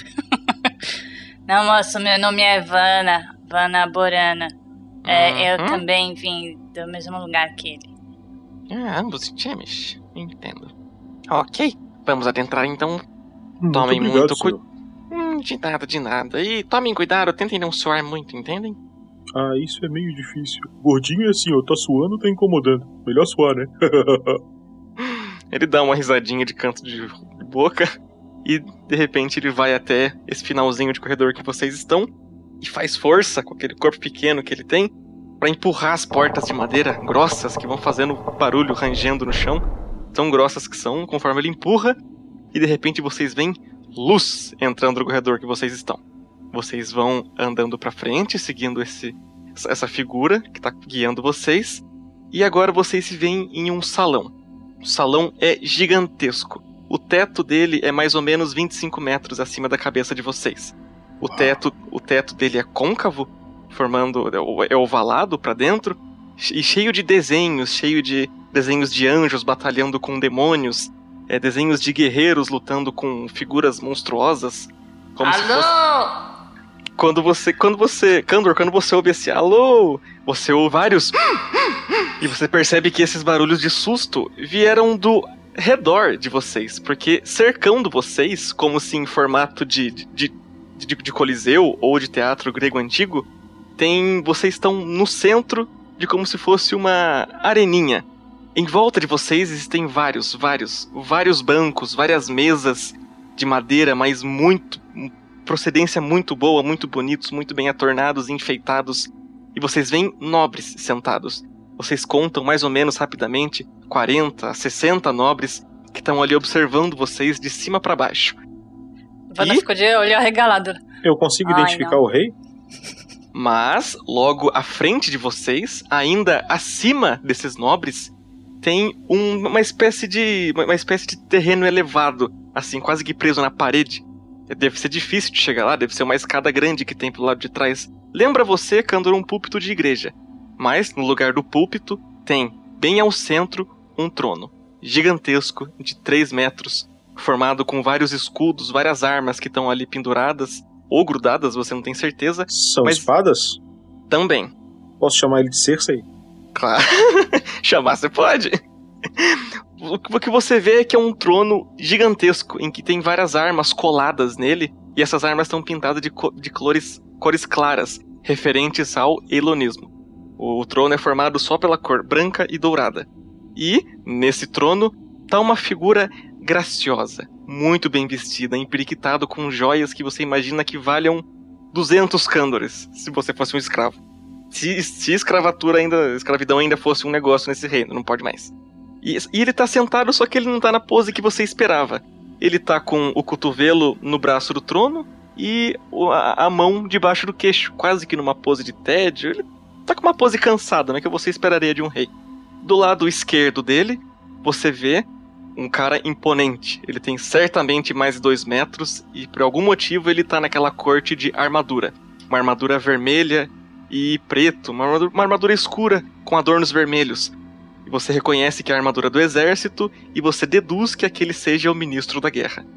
Speaker 7: Não, moço, meu nome é Vana Borana. Eu também vim do mesmo lugar que ele.
Speaker 8: Ambos de Jemish. Entendo. Ok, vamos adentrar então.
Speaker 3: Tomem muito cuidado.
Speaker 8: De nada. E tomem cuidado, tentem não suar muito, entendem?
Speaker 3: Ah, isso é meio difícil. Gordinho é assim, ó, tá suando, tá incomodando. Melhor suar, né?
Speaker 8: Ele dá uma risadinha de canto de boca e de repente ele vai até esse finalzinho de corredor que vocês estão e faz força com aquele corpo pequeno que ele tem pra empurrar as portas de madeira grossas que vão fazendo barulho rangendo no chão. Tão grossas que são, conforme ele empurra, e de repente vocês veem luz entrando no corredor que vocês estão. Vocês vão andando pra frente, seguindo essa figura que tá guiando vocês, e agora vocês se veem em um salão. O salão é gigantesco. O teto dele é mais ou menos 25 metros acima da cabeça de vocês. O teto dele é côncavo, é ovalado pra dentro, e cheio de desenhos de anjos batalhando com demônios, desenhos de guerreiros lutando com figuras monstruosas. Como
Speaker 7: alô!
Speaker 8: Kandor, quando você ouve esse alô, você ouve vários E você percebe que esses barulhos de susto vieram do redor de vocês, porque cercando vocês, como se em formato de coliseu ou de teatro grego antigo, vocês estão no centro de como se fosse uma areninha. Em volta de vocês existem vários bancos, várias mesas de madeira, mas procedência muito boa, muito bonitos, muito bem atornados, enfeitados. E vocês veem nobres sentados. Vocês contam mais ou menos rapidamente 40, 60 nobres que estão ali observando vocês de cima para baixo.
Speaker 7: Wanda ficou de olho arregalado.
Speaker 3: Eu consigo identificar o rei?
Speaker 8: Mas, logo à frente de vocês, ainda acima desses nobres, tem uma espécie de terreno elevado, assim, quase que preso na parede. Deve ser difícil de chegar lá, deve ser uma escada grande que tem pro lado de trás. Lembra você, Kandor, um púlpito de igreja. Mas, no lugar do púlpito, tem, bem ao centro, um trono. Gigantesco, de 3 metros, formado com vários escudos, várias armas que estão ali penduradas, ou grudadas, você não tem certeza.
Speaker 3: São espadas?
Speaker 8: Também.
Speaker 3: Posso chamar ele de Cersei?
Speaker 8: Claro. Chamar você pode. O que você vê é que é um trono gigantesco, em que tem várias armas coladas nele, e essas armas estão pintadas de cores claras, referentes ao helonismo. O trono é formado só pela cor branca e dourada. E, nesse trono, tá uma figura graciosa, muito bem vestida, empiriquitado com joias que você imagina que valham 200 cândores, se você fosse um escravo. Se escravidão ainda fosse um negócio nesse reino, não pode mais. E ele tá sentado, só que ele não tá na pose que você esperava. Ele tá com o cotovelo no braço do trono e a mão debaixo do queixo, quase que numa pose de tédio. Ele tá com uma pose cansada, né, que você esperaria de um rei. Do lado esquerdo dele, você vê um cara imponente. Ele tem certamente mais de 2 metros e por algum motivo ele tá naquela corte de armadura. Uma armadura vermelha e preto, uma armadura escura com adornos vermelhos. E você reconhece que é a armadura do exército e você deduz que aquele seja o ministro da guerra.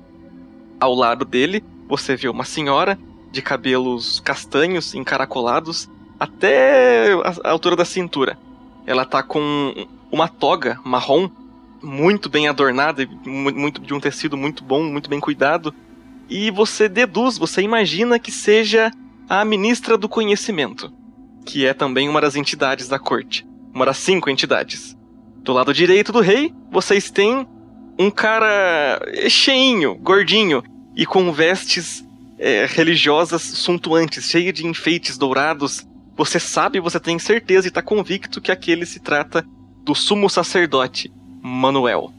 Speaker 8: Ao lado dele, você vê uma senhora de cabelos castanhos encaracolados até a altura da cintura. Ela tá com uma toga marrom, muito bem adornada, de um tecido muito bom, muito bem cuidado. E você imagina que seja a ministra do conhecimento, que é também uma das entidades da corte, uma das 5 entidades. Do lado direito do rei, vocês têm um cara cheinho, gordinho, e com vestes religiosas suntuantes, cheio de enfeites dourados. Você tem certeza e está convicto que aquele se trata do sumo sacerdote, Manuel,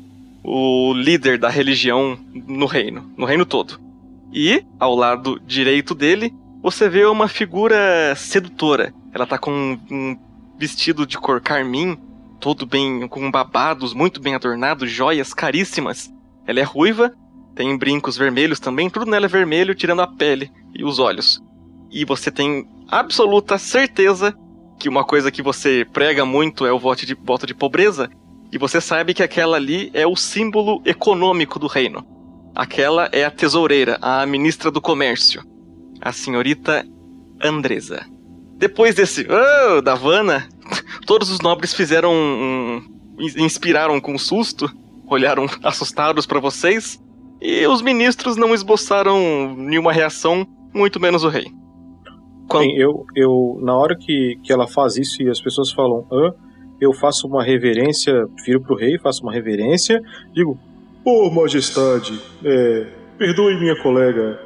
Speaker 8: o líder da religião no reino todo. E, ao lado direito dele, você vê uma figura sedutora. Ela tá com um vestido de cor carmim, todo bem, com babados, muito bem adornados, joias caríssimas. Ela é ruiva, tem brincos vermelhos também, tudo nela é vermelho, tirando a pele e os olhos. E você tem absoluta certeza que uma coisa que você prega muito é o voto de pobreza, e você sabe que aquela ali é o símbolo econômico do reino. Aquela é a tesoureira, a ministra do comércio, a senhorita Andresa. Depois desse da Vanna, todos os nobres inspiraram com susto, olharam assustados para vocês, e os ministros não esboçaram nenhuma reação, muito menos o rei.
Speaker 3: Bem, eu na hora que ela faz isso e as pessoas falam eu faço uma reverência, viro pro rei, faço uma reverência, digo: "Ô, majestade, perdoe minha colega,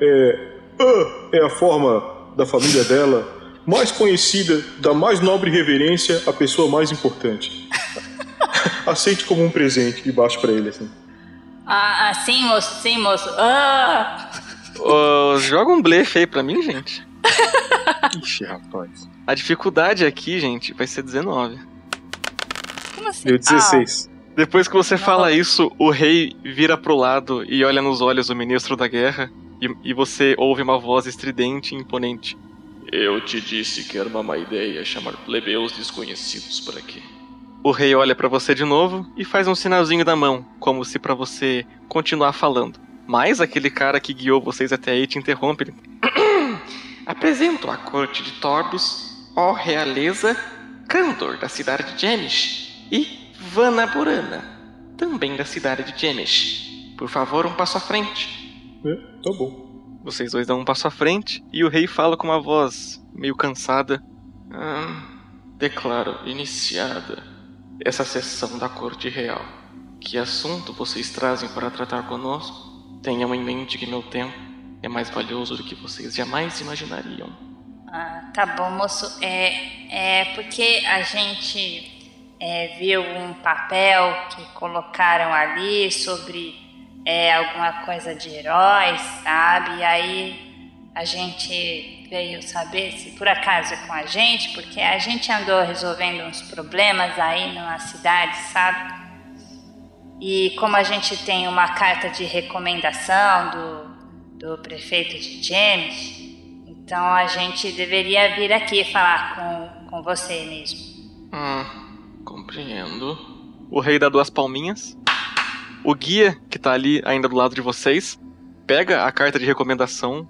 Speaker 3: é a forma da família dela, mais conhecida, da mais nobre reverência, a pessoa mais importante. Aceite como um presente", e baixo pra ele assim.
Speaker 7: Sim, moço.
Speaker 8: Joga um blefe aí pra mim, gente.
Speaker 3: Ixi, rapaz.
Speaker 8: A dificuldade aqui, gente, vai ser 19.
Speaker 7: Como assim?
Speaker 3: Deu 16.
Speaker 8: Depois que você fala isso, o rei vira pro lado e olha nos olhos do ministro da guerra, e você ouve uma voz estridente e imponente.
Speaker 4: Eu te disse que era uma má ideia chamar plebeus desconhecidos por aqui.
Speaker 8: O rei olha pra você de novo e faz um sinalzinho da mão, como se pra você continuar falando. Mas aquele cara que guiou vocês até aí te interrompe. Ele...
Speaker 10: Apresento a corte de Torbos, ó realeza, Kandor da cidade de Jemish.
Speaker 8: e Vana Burana, também da cidade de Jamesh. Por favor, um passo à frente.
Speaker 3: Tá bom.
Speaker 8: Vocês dois dão um passo à frente e o rei fala com uma voz meio cansada. Declaro iniciada essa sessão da corte real. Que assunto vocês trazem para tratar conosco? Tenham em mente que meu tempo é mais valioso do que vocês jamais imaginariam.
Speaker 7: Tá bom, moço. Porque a gente viu um papel que colocaram ali sobre alguma coisa de heróis, sabe? E aí a gente veio saber se por acaso é com a gente, porque a gente andou resolvendo uns problemas aí na cidade, sabe? E como a gente tem uma carta de recomendação do prefeito de James, então a gente deveria vir aqui falar com você mesmo.
Speaker 8: Compreendo. O rei dá 2 palminhas. O guia, que tá ali ainda do lado de vocês, pega a carta de recomendação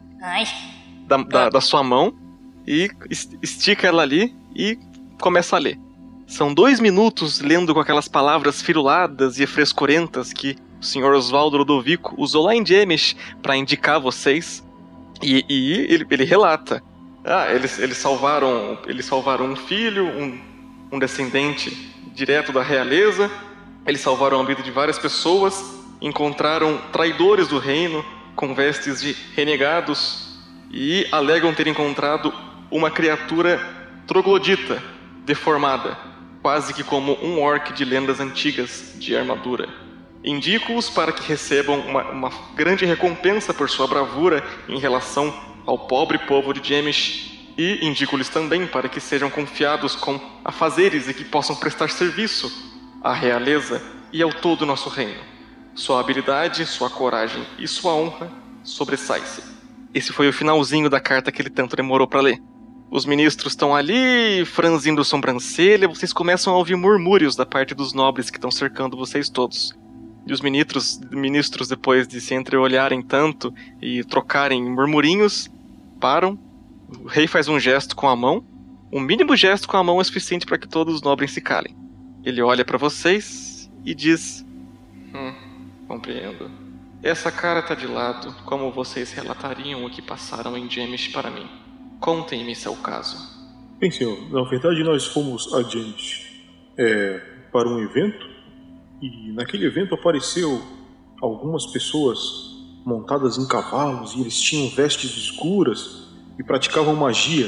Speaker 8: da sua mão e estica ela ali e começa a ler. São 2 minutos lendo com aquelas palavras firuladas e frescurentas que o senhor Oswaldo Ludovico usou lá em Jamesh para indicar vocês. E ele relata. Eles salvaram um filho, um descendente direto da realeza. Eles salvaram a vida de várias pessoas. Encontraram traidores do reino com vestes de renegados. E alegam ter encontrado uma criatura troglodita, deformada, quase que como um orc de lendas antigas de armadura. Indico-os para que recebam uma grande recompensa por sua bravura em relação ao pobre povo de Jamesh, e indico-lhes também para que sejam confiados com afazeres e que possam prestar serviço à realeza e ao todo o nosso reino. Sua habilidade, sua coragem e sua honra sobressai-se. Esse foi o finalzinho da carta que ele tanto demorou para ler. Os ministros estão ali, franzindo sobrancelha, vocês começam a ouvir murmúrios da parte dos nobres que estão cercando vocês todos. E os ministros, depois de se entreolharem tanto e trocarem murmurinhos, param. O rei faz um gesto com a mão. Um mínimo gesto com a mão é suficiente para que todos os nobres se calem. Ele olha para vocês e diz: compreendo. Essa cara tá de lado, como vocês relatariam o que passaram em Jamesh para mim. Contem-me seu caso.
Speaker 3: Bem, senhor, na verdade nós fomos a Jamesh para um evento. E naquele evento apareceu algumas pessoas montadas em cavalos e eles tinham vestes escuras e praticavam magia.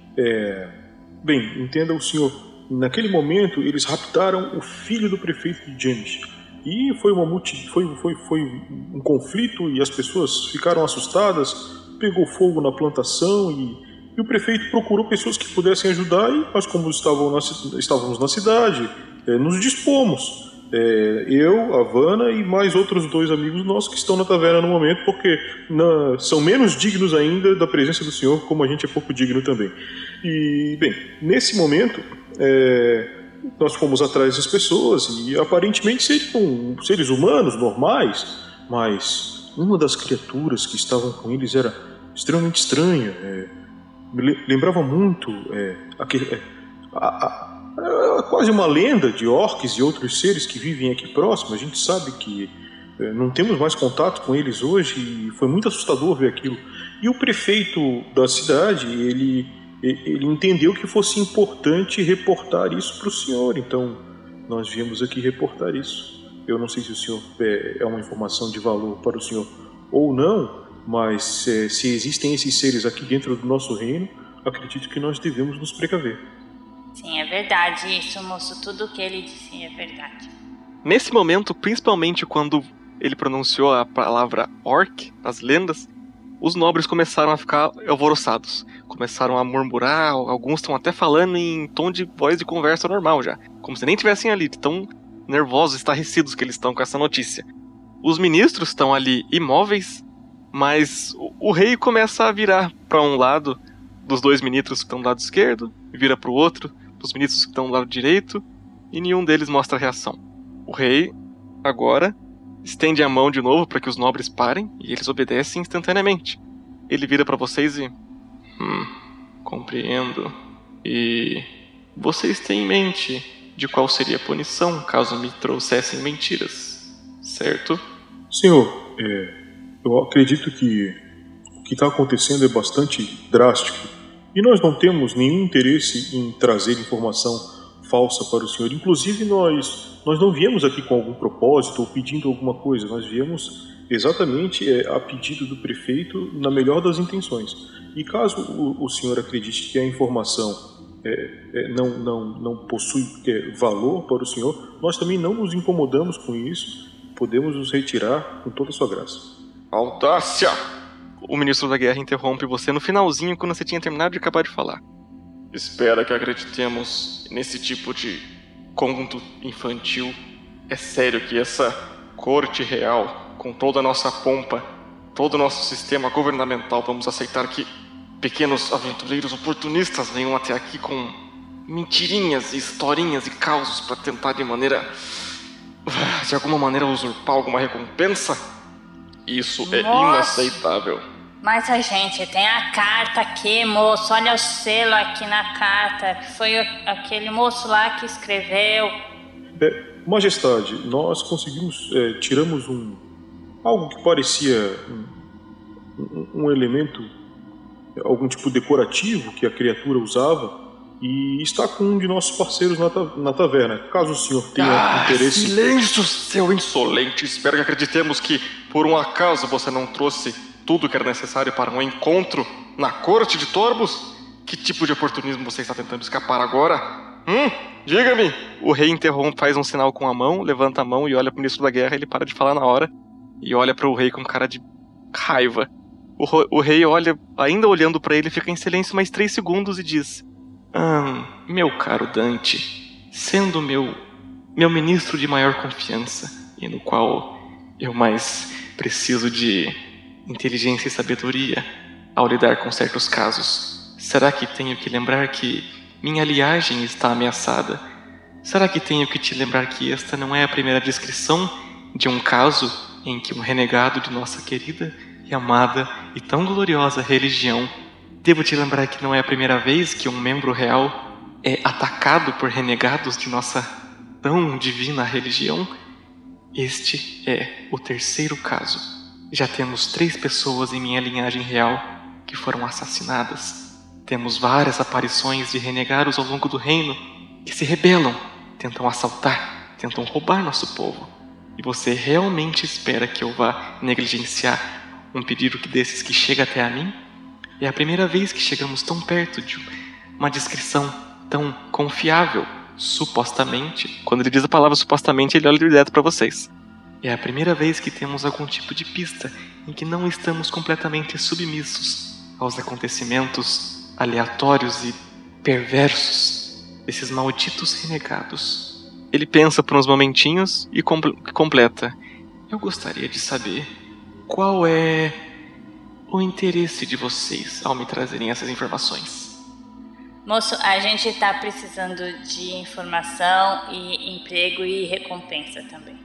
Speaker 3: Bem, entenda o senhor, naquele momento eles raptaram o filho do prefeito de Jamesh. E foi um conflito e as pessoas ficaram assustadas, pegou fogo na plantação e o prefeito procurou pessoas que pudessem ajudar e nós, como estávamos na cidade, nos dispomos. Eu, a Vana e mais outros 2 amigos nossos que estão na taverna no momento, porque são menos dignos ainda da presença do senhor, como a gente é pouco digno também. E, bem, nesse momento, nós fomos atrás das pessoas e aparentemente seriam seres humanos, normais, mas uma das criaturas que estavam com eles era extremamente estranha. Me lembrava muito quase uma lenda de orcs e outros seres que vivem aqui próximo. A gente sabe que não temos mais contato com eles hoje e foi muito assustador ver aquilo. E o prefeito da cidade, ele entendeu que fosse importante reportar isso para o senhor, então nós viemos aqui reportar isso. Eu não sei se o senhor é uma informação de valor para o senhor ou não, mas se existem esses seres aqui dentro do nosso reino, acredito que nós devemos nos precaver.
Speaker 7: Sim, é verdade isso, moço. Tudo o que ele disse é verdade.
Speaker 8: Nesse momento, principalmente quando ele pronunciou a palavra orc, as lendas, os nobres começaram a ficar alvoroçados. Começaram a murmurar, alguns estão até falando em tom de voz de conversa normal já. Como se nem estivessem ali, tão nervosos, estarrecidos que eles estão com essa notícia. Os ministros estão ali imóveis, mas o rei começa a virar para um lado dos 2 ministros que estão do lado esquerdo, e vira para o outro, dos ministros que estão do lado direito, e nenhum deles mostra reação. O rei, agora, estende a mão de novo para que os nobres parem, e eles obedecem instantaneamente. Ele vira para vocês e... compreendo. E... vocês têm em mente de qual seria a punição caso me trouxessem mentiras, certo?
Speaker 3: Senhor, eu acredito que o que está acontecendo é bastante drástico e nós não temos nenhum interesse em trazer informação falsa para o senhor. Inclusive, nós não viemos aqui com algum propósito ou pedindo alguma coisa. Nós viemos exatamente a pedido do prefeito, na melhor das intenções. E caso o senhor acredite que a informação não possui valor para o senhor, nós também não nos incomodamos com isso. Podemos nos retirar com toda a sua graça.
Speaker 8: Audácia! O ministro da guerra interrompe você no finalzinho, quando você tinha terminado de acabar de falar. Espera que acreditemos nesse tipo de conto infantil. É sério que essa corte real, com toda a nossa pompa, todo o nosso sistema governamental, vamos aceitar que pequenos aventureiros oportunistas venham até aqui com mentirinhas, historinhas e causos para tentar de alguma maneira usurpar alguma recompensa? Isso é inaceitável.
Speaker 7: Mas a gente tem a carta aqui, moço. Olha o selo aqui na carta. Foi aquele moço lá que escreveu.
Speaker 3: Majestade, nós conseguimos, tiramos algo que parecia um elemento, algum tipo decorativo que a criatura usava, e está com um de nossos parceiros na taverna. Caso o senhor tenha interesse...
Speaker 8: Silêncio, seu insolente! Espero que acreditemos que, por um acaso, você não trouxe tudo que era necessário para um encontro na corte de Torbos? Que tipo de oportunismo você está tentando escapar agora? Diga-me! O rei interrompe, faz um sinal com a mão, levanta a mão e olha para o ministro da guerra. Ele para de falar na hora e olha para o rei com cara de raiva. O rei olha, ainda olhando para ele, fica em silêncio mais 3 segundos e diz: meu caro Dante, sendo meu ministro de maior confiança e no qual eu mais preciso de inteligência e sabedoria ao lidar com certos casos, será que tenho que lembrar que minha liagem está ameaçada? Será que tenho que te lembrar que esta não é a primeira descrição de um caso em que um renegado de nossa querida e amada e tão gloriosa religião... Devo te lembrar que não é a primeira vez que um membro real é atacado por renegados de nossa tão divina religião? Este é o 3º caso. Já temos 3 pessoas em minha linhagem real que foram assassinadas. Temos várias aparições de renegados ao longo do reino que se rebelam, tentam assaltar, tentam roubar nosso povo. E você realmente espera que eu vá negligenciar um pedido desses que chega até a mim? É a primeira vez que chegamos tão perto de uma descrição tão confiável, supostamente. Quando ele diz a palavra supostamente, ele olha direto para vocês. É a primeira vez que temos algum tipo de pista em que não estamos completamente submissos aos acontecimentos aleatórios e perversos desses malditos renegados. Ele pensa por uns momentinhos e completa: eu gostaria de saber qual é o interesse de vocês ao me trazerem essas informações.
Speaker 7: Moço, a gente tá precisando de informação e emprego e recompensa também.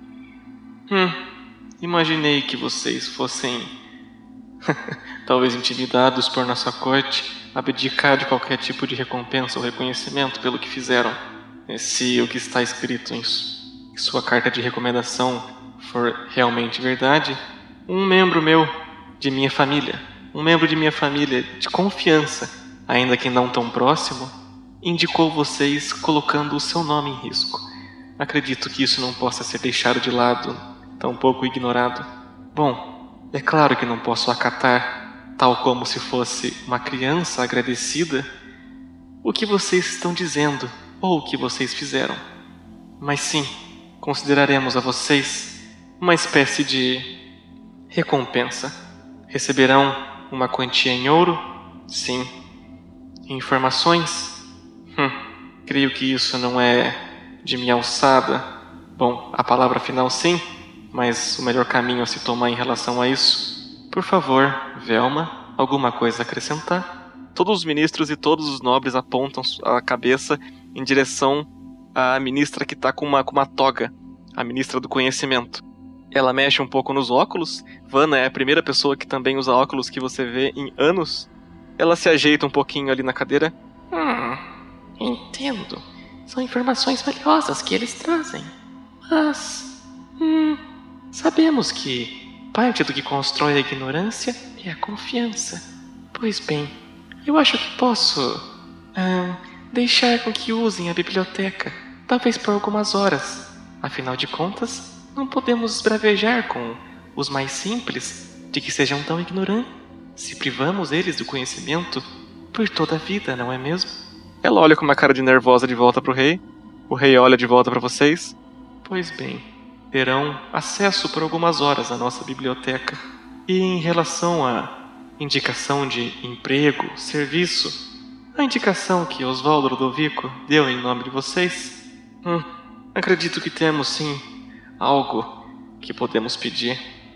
Speaker 8: Imaginei que vocês fossem talvez intimidados por nossa corte abdicar de qualquer tipo de recompensa ou reconhecimento pelo que fizeram. Se o que está escrito em sua carta de recomendação for realmente verdade, um membro de minha família de confiança, ainda que não tão próximo, indicou vocês colocando o seu nome em risco. Acredito que isso não possa ser deixado de lado, tampouco ignorado. Bom, é claro que não posso acatar, tal como se fosse uma criança agradecida, o que vocês estão dizendo ou o que vocês fizeram. Mas sim, consideraremos a vocês uma espécie de recompensa. Receberão uma quantia em ouro? Sim. Informações? Creio que isso não é de minha alçada. Bom, a palavra final sim, mas o melhor caminho a se tomar em relação a isso. Por favor, Velma, alguma coisa a acrescentar? Todos os ministros e todos os nobres apontam a cabeça em direção à ministra que está com uma toga, a ministra do conhecimento. Ela mexe um pouco nos óculos. Vanna é a primeira pessoa que também usa óculos que você vê em anos. Ela se ajeita um pouquinho ali na cadeira.
Speaker 9: Entendo.
Speaker 8: São informações valiosas que eles trazem. Mas sabemos que parte do que constrói a ignorância é a confiança. Pois bem, eu acho que posso deixar com que usem a biblioteca, talvez por algumas horas. Afinal de contas, não podemos esbravejar com os mais simples de que sejam tão ignorantes, se privamos eles do conhecimento por toda a vida, não é mesmo? Ela olha com uma cara de nervosa de volta pro rei. O rei olha de volta para vocês. Pois bem, terão acesso por algumas horas à nossa biblioteca. E em relação à indicação de emprego, serviço, a indicação que Oswaldo Ludovico deu em nome de vocês, acredito que temos sim algo que podemos pedir.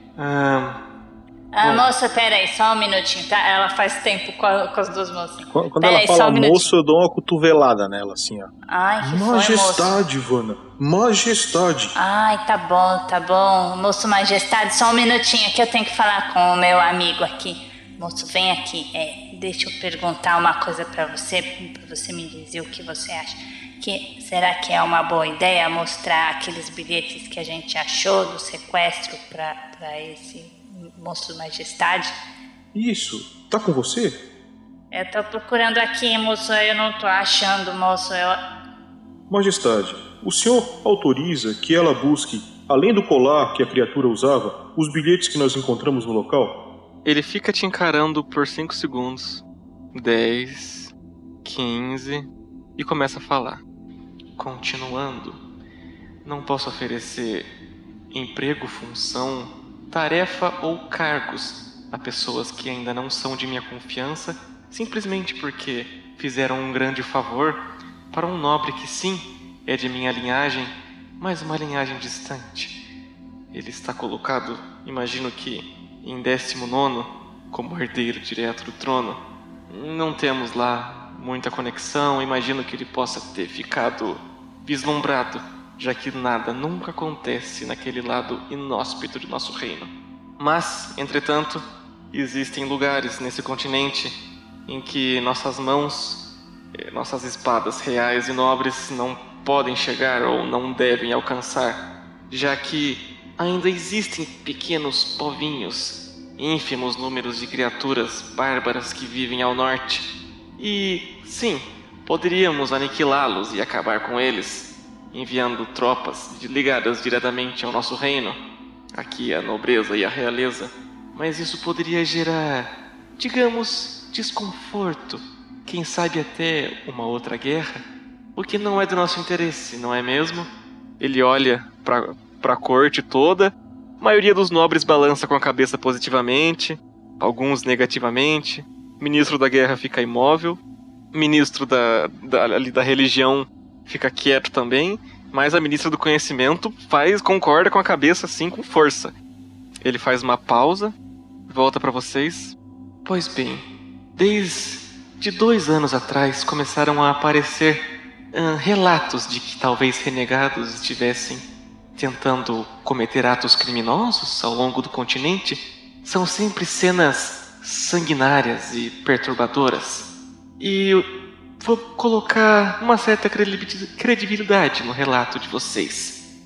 Speaker 7: Moça, peraí, só um minutinho, tá? Ela faz tempo com as duas moças.
Speaker 3: Quando ela fala moço, eu dou uma cotovelada nela, assim, ó.
Speaker 7: Ai, que
Speaker 3: majestade, Vana. Majestade.
Speaker 7: Ai, tá bom. Moço, majestade, só um minutinho que eu tenho que falar com o meu amigo aqui. Moço, vem aqui. Deixa eu perguntar uma coisa pra você me dizer o que você acha. Será que é uma boa ideia mostrar aqueles bilhetes que a gente achou do sequestro pra esse moço majestade?
Speaker 3: Isso, tá com você?
Speaker 7: Eu tô procurando aqui, moço, eu não tô achando, moço.
Speaker 3: Majestade, o senhor autoriza que ela busque, além do colar que a criatura usava, os bilhetes que nós encontramos no local?
Speaker 8: Ele fica te encarando por 5 segundos. 10, 15 e começa a falar. Continuando, não posso oferecer emprego, função, tarefa ou cargos a pessoas que ainda não são de minha confiança, simplesmente porque fizeram um grande favor para um nobre que sim, é de minha linhagem, mas uma linhagem distante. Ele está colocado, imagino que em 19º, como herdeiro direto do trono. Não temos lá muita conexão, imagino que ele possa ter ficado vislumbrado, já que nada nunca acontece naquele lado inóspito de nosso reino. Mas, entretanto, existem lugares nesse continente em que nossas mãos, nossas espadas reais e nobres não podem chegar ou não devem alcançar, já que ainda existem pequenos povinhos, ínfimos números de criaturas bárbaras que vivem ao norte. E, sim, poderíamos aniquilá-los e acabar com eles, enviando tropas ligadas diretamente ao nosso reino, aqui a nobreza e a realeza, mas isso poderia gerar, digamos, desconforto, quem sabe até uma outra guerra, o que não é do nosso interesse, não é mesmo? Ele olha para a corte toda, a maioria dos nobres balança com a cabeça positivamente, alguns negativamente, o ministro da guerra fica imóvel, o ministro da religião fica quieto também, mas a ministra do conhecimento concorda com a cabeça assim com força. Ele faz uma pausa, volta para vocês. Pois bem, desde 2 anos atrás começaram a aparecer relatos de que talvez renegados estivessem tentando cometer atos criminosos ao longo do continente. São sempre cenas sanguinárias e perturbadoras. E vou colocar uma certa credibilidade no relato de vocês.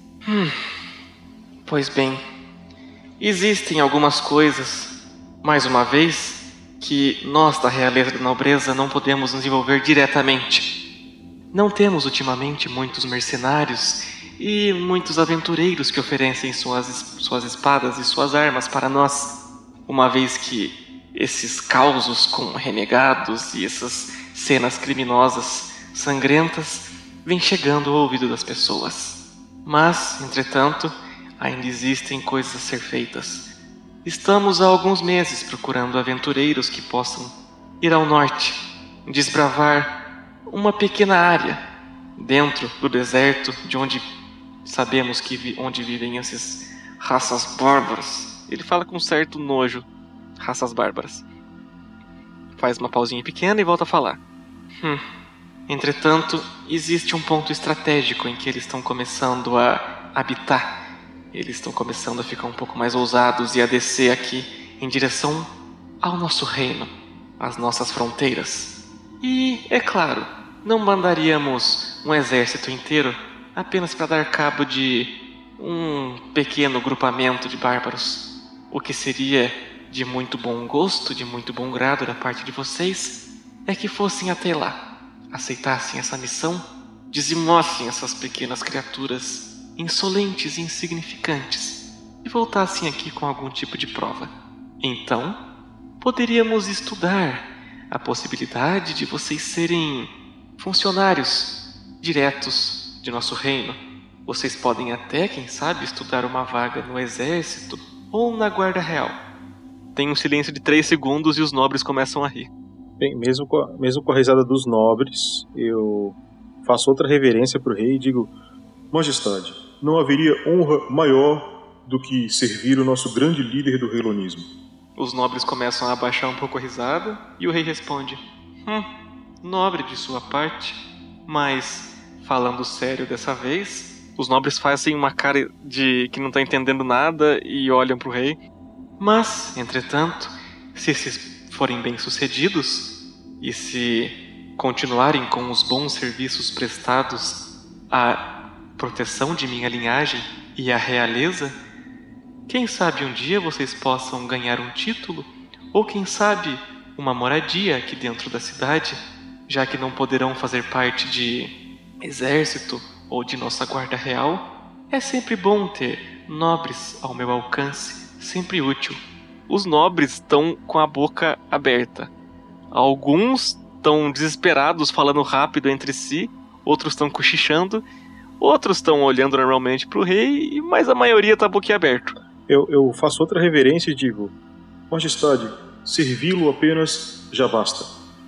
Speaker 8: Pois bem, existem algumas coisas, mais uma vez, que nós da realeza e da nobreza não podemos nos envolver diretamente. Não temos ultimamente muitos mercenários e muitos aventureiros que oferecem suas espadas e suas armas para nós, uma vez que esses causos com renegados e essas cenas criminosas, sangrentas, vêm chegando ao ouvido das pessoas. Mas, entretanto, ainda existem coisas a ser feitas. Estamos há alguns meses procurando aventureiros que possam ir ao norte, desbravar uma pequena área dentro do deserto de onde sabemos onde vivem essas raças bárbaras. Ele fala com certo nojo, raças bárbaras. Faz uma pausinha pequena e volta a falar. Entretanto, existe um ponto estratégico em que eles estão começando a habitar. Eles estão começando a ficar um pouco mais ousados e a descer aqui em direção ao nosso reino, às nossas fronteiras. E, é claro, não mandaríamos um exército inteiro apenas para dar cabo de um pequeno grupamento de bárbaros. O que seria de muito bom gosto, de muito bom grado da parte de vocês, é que fossem até lá, aceitassem essa missão, dizimossem essas pequenas criaturas insolentes e insignificantes e voltassem aqui com algum tipo de prova. Então, poderíamos estudar a possibilidade de vocês serem funcionários diretos de nosso reino. Vocês podem até, quem sabe, estudar uma vaga no exército ou na guarda real. Tem um silêncio de 3 segundos e os nobres começam a rir.
Speaker 3: Bem, mesmo com a risada dos nobres, eu faço outra reverência para o rei e digo: Majestade, não haveria honra maior do que servir o nosso grande líder do helonismo.
Speaker 8: Os nobres começam a abaixar um pouco a risada e o rei responde: nobre de sua parte, mas falando sério dessa vez. Os nobres fazem uma cara de que não estão entendendo nada e olham para o rei. Mas, entretanto, se esses forem bem-sucedidos e se continuarem com os bons serviços prestados à proteção de minha linhagem e à realeza, quem sabe um dia vocês possam ganhar um título ou quem sabe uma moradia aqui dentro da cidade, já que não poderão fazer parte de exército ou de nossa guarda real. É sempre bom ter nobres ao meu alcance, sempre útil. Os nobres estão com a boca aberta. Alguns estão desesperados, falando rápido entre si, outros estão cochichando, outros estão olhando normalmente para o rei, mas a maioria está boquiaberto.
Speaker 3: Eu faço outra reverência e digo: Majestade, servi-lo apenas já basta.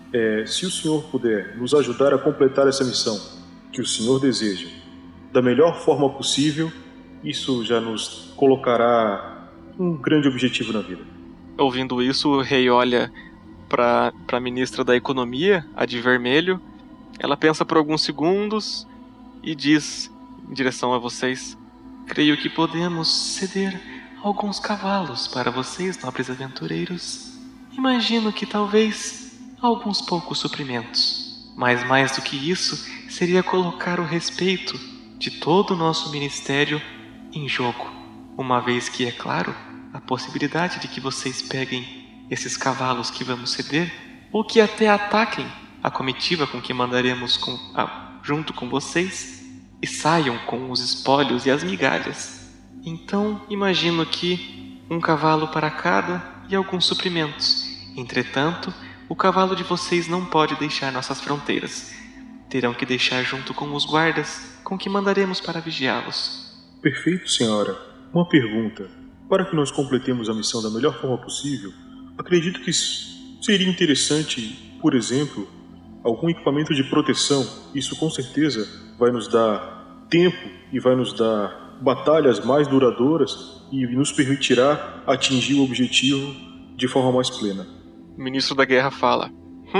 Speaker 3: Se o senhor puder nos ajudar a completar essa missão que o senhor deseja da melhor forma possível, isso já nos colocará um grande objetivo na vida.
Speaker 8: Ouvindo isso, o rei olha para a ministra da Economia, a de vermelho. Ela pensa por alguns segundos e diz em direção a vocês: creio que podemos ceder alguns cavalos para vocês, nobres aventureiros. Imagino que talvez alguns poucos suprimentos. Mas mais do que isso, seria colocar o respeito de todo o nosso ministério em jogo. Uma vez que, é claro, a possibilidade de que vocês peguem esses cavalos que vamos ceder, ou que até ataquem a comitiva com que mandaremos junto com vocês, e saiam com os espólios e as migalhas. Então, imagino que um cavalo para cada e alguns suprimentos. Entretanto, o cavalo de vocês não pode deixar nossas fronteiras. Terão que deixar junto com os guardas com que mandaremos para vigiá-los.
Speaker 3: Perfeito, senhora. Uma pergunta. Para que nós completemos a missão da melhor forma possível, acredito que seria interessante, por exemplo, algum equipamento de proteção. Isso com certeza vai nos dar tempo e vai nos dar batalhas mais duradouras e nos permitirá atingir o objetivo de forma mais plena.
Speaker 8: O ministro da guerra fala: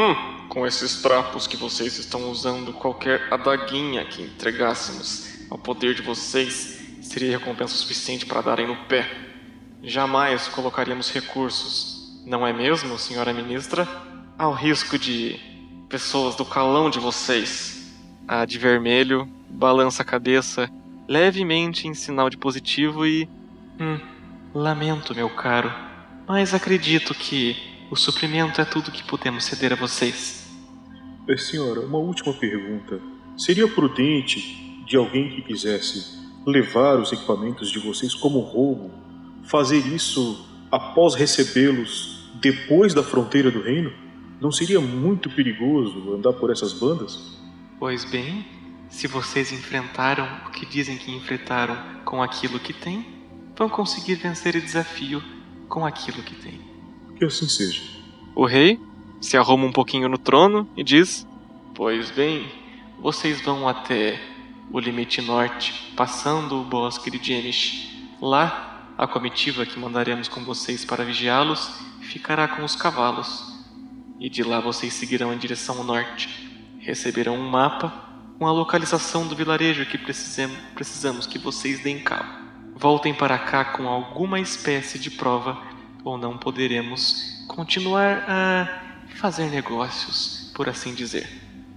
Speaker 4: com esses trapos que vocês estão usando, qualquer adaguinha que entregássemos ao poder de vocês seria recompensa suficiente para darem no pé. Jamais colocaríamos recursos, não é mesmo, senhora ministra, ao risco de pessoas do calão de vocês.
Speaker 8: A de vermelho balança a cabeça levemente em sinal de positivo e... lamento, meu caro, mas acredito que o suprimento é tudo que podemos ceder a vocês.
Speaker 3: Senhora, uma última pergunta. Seria prudente de alguém que quisesse levar os equipamentos de vocês como roubo, fazer isso após recebê-los depois da fronteira do reino? Não seria muito perigoso andar por essas bandas?
Speaker 8: Pois bem, se vocês enfrentaram o que dizem que enfrentaram com aquilo que têm, vão conseguir vencer o desafio com aquilo que têm.
Speaker 3: Que assim seja.
Speaker 8: O rei se arruma um pouquinho no trono e diz: pois bem, vocês vão até o limite norte, passando o bosque de Jenish. Lá, a comitiva que mandaremos com vocês para vigiá-los ficará com os cavalos. E de lá vocês seguirão em direção ao norte. Receberão um mapa com a localização do vilarejo que precisamos que vocês deem cabo. Voltem para cá com alguma espécie de prova, ou não poderemos continuar a fazer negócios, por assim dizer.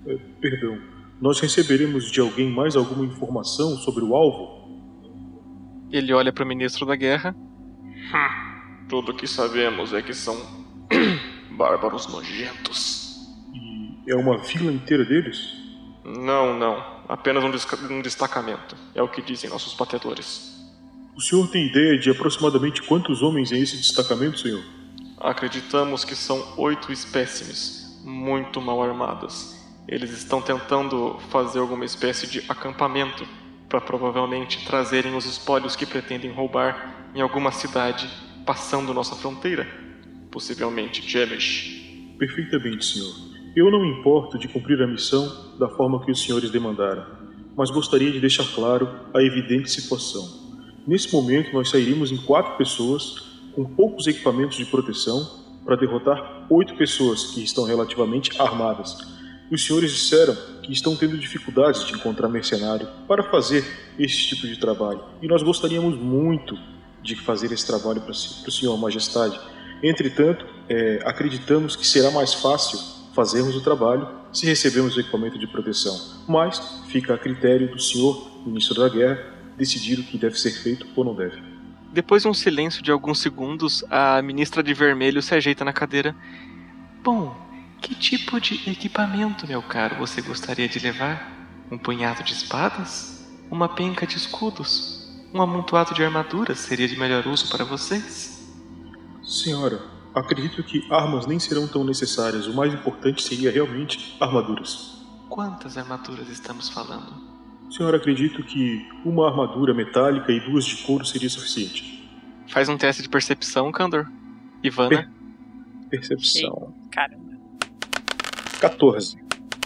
Speaker 3: Perdão. Nós receberemos de alguém mais alguma informação sobre o alvo?
Speaker 8: Ele olha para o ministro da guerra.
Speaker 4: Tudo o que sabemos é que são bárbaros nojentos.
Speaker 3: E é uma vila inteira deles?
Speaker 4: Não. Apenas um destacamento. É o que dizem nossos batedores.
Speaker 3: O senhor tem ideia de aproximadamente quantos homens em esse destacamento, senhor?
Speaker 4: Acreditamos que são 8 espécimes, muito mal armadas. Eles estão tentando fazer alguma espécie de acampamento para provavelmente trazerem os espólios que pretendem roubar em alguma cidade passando nossa fronteira. Possivelmente Jemesh.
Speaker 3: Perfeitamente, senhor. Eu não me importo de cumprir a missão da forma que os senhores demandaram, mas gostaria de deixar claro a evidente situação. Nesse momento, nós sairíamos em 4 pessoas, com poucos equipamentos de proteção, para derrotar 8 pessoas que estão relativamente armadas. E os senhores disseram que estão tendo dificuldades de encontrar mercenário para fazer esse tipo de trabalho. E nós gostaríamos muito de fazer esse trabalho para o senhor majestade. Entretanto, acreditamos que será mais fácil fazermos o trabalho se recebermos o equipamento de proteção. Mas fica a critério do senhor ministro da guerra decidir o que deve ser feito ou não deve.
Speaker 8: Depois de um silêncio de alguns segundos, a ministra de vermelho se ajeita na cadeira. Bom, que tipo de equipamento, meu caro, você gostaria de levar? Um punhado de espadas? Uma penca de escudos? Um amontoado de armaduras seria de melhor uso para vocês?
Speaker 3: Senhora, acredito que armas nem serão tão necessárias. O mais importante seria realmente armaduras.
Speaker 8: Quantas armaduras estamos falando?
Speaker 3: Senhora, acredito que uma armadura metálica e 2 de couro seria suficiente.
Speaker 8: Faz um teste de percepção, Kandor. Ivana.
Speaker 3: Percepção.
Speaker 7: Caramba.
Speaker 3: 14.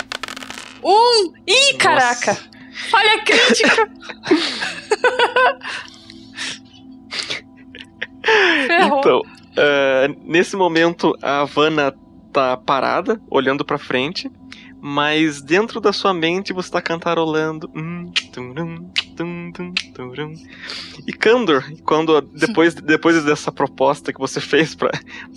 Speaker 7: Ih, caraca!
Speaker 8: Nossa.
Speaker 7: Falha crítica! Ferrou.
Speaker 8: Então, nesse momento a Ivana tá parada, olhando pra frente, mas dentro da sua mente você tá cantarolando. E Kandor, quando depois dessa proposta que você fez pra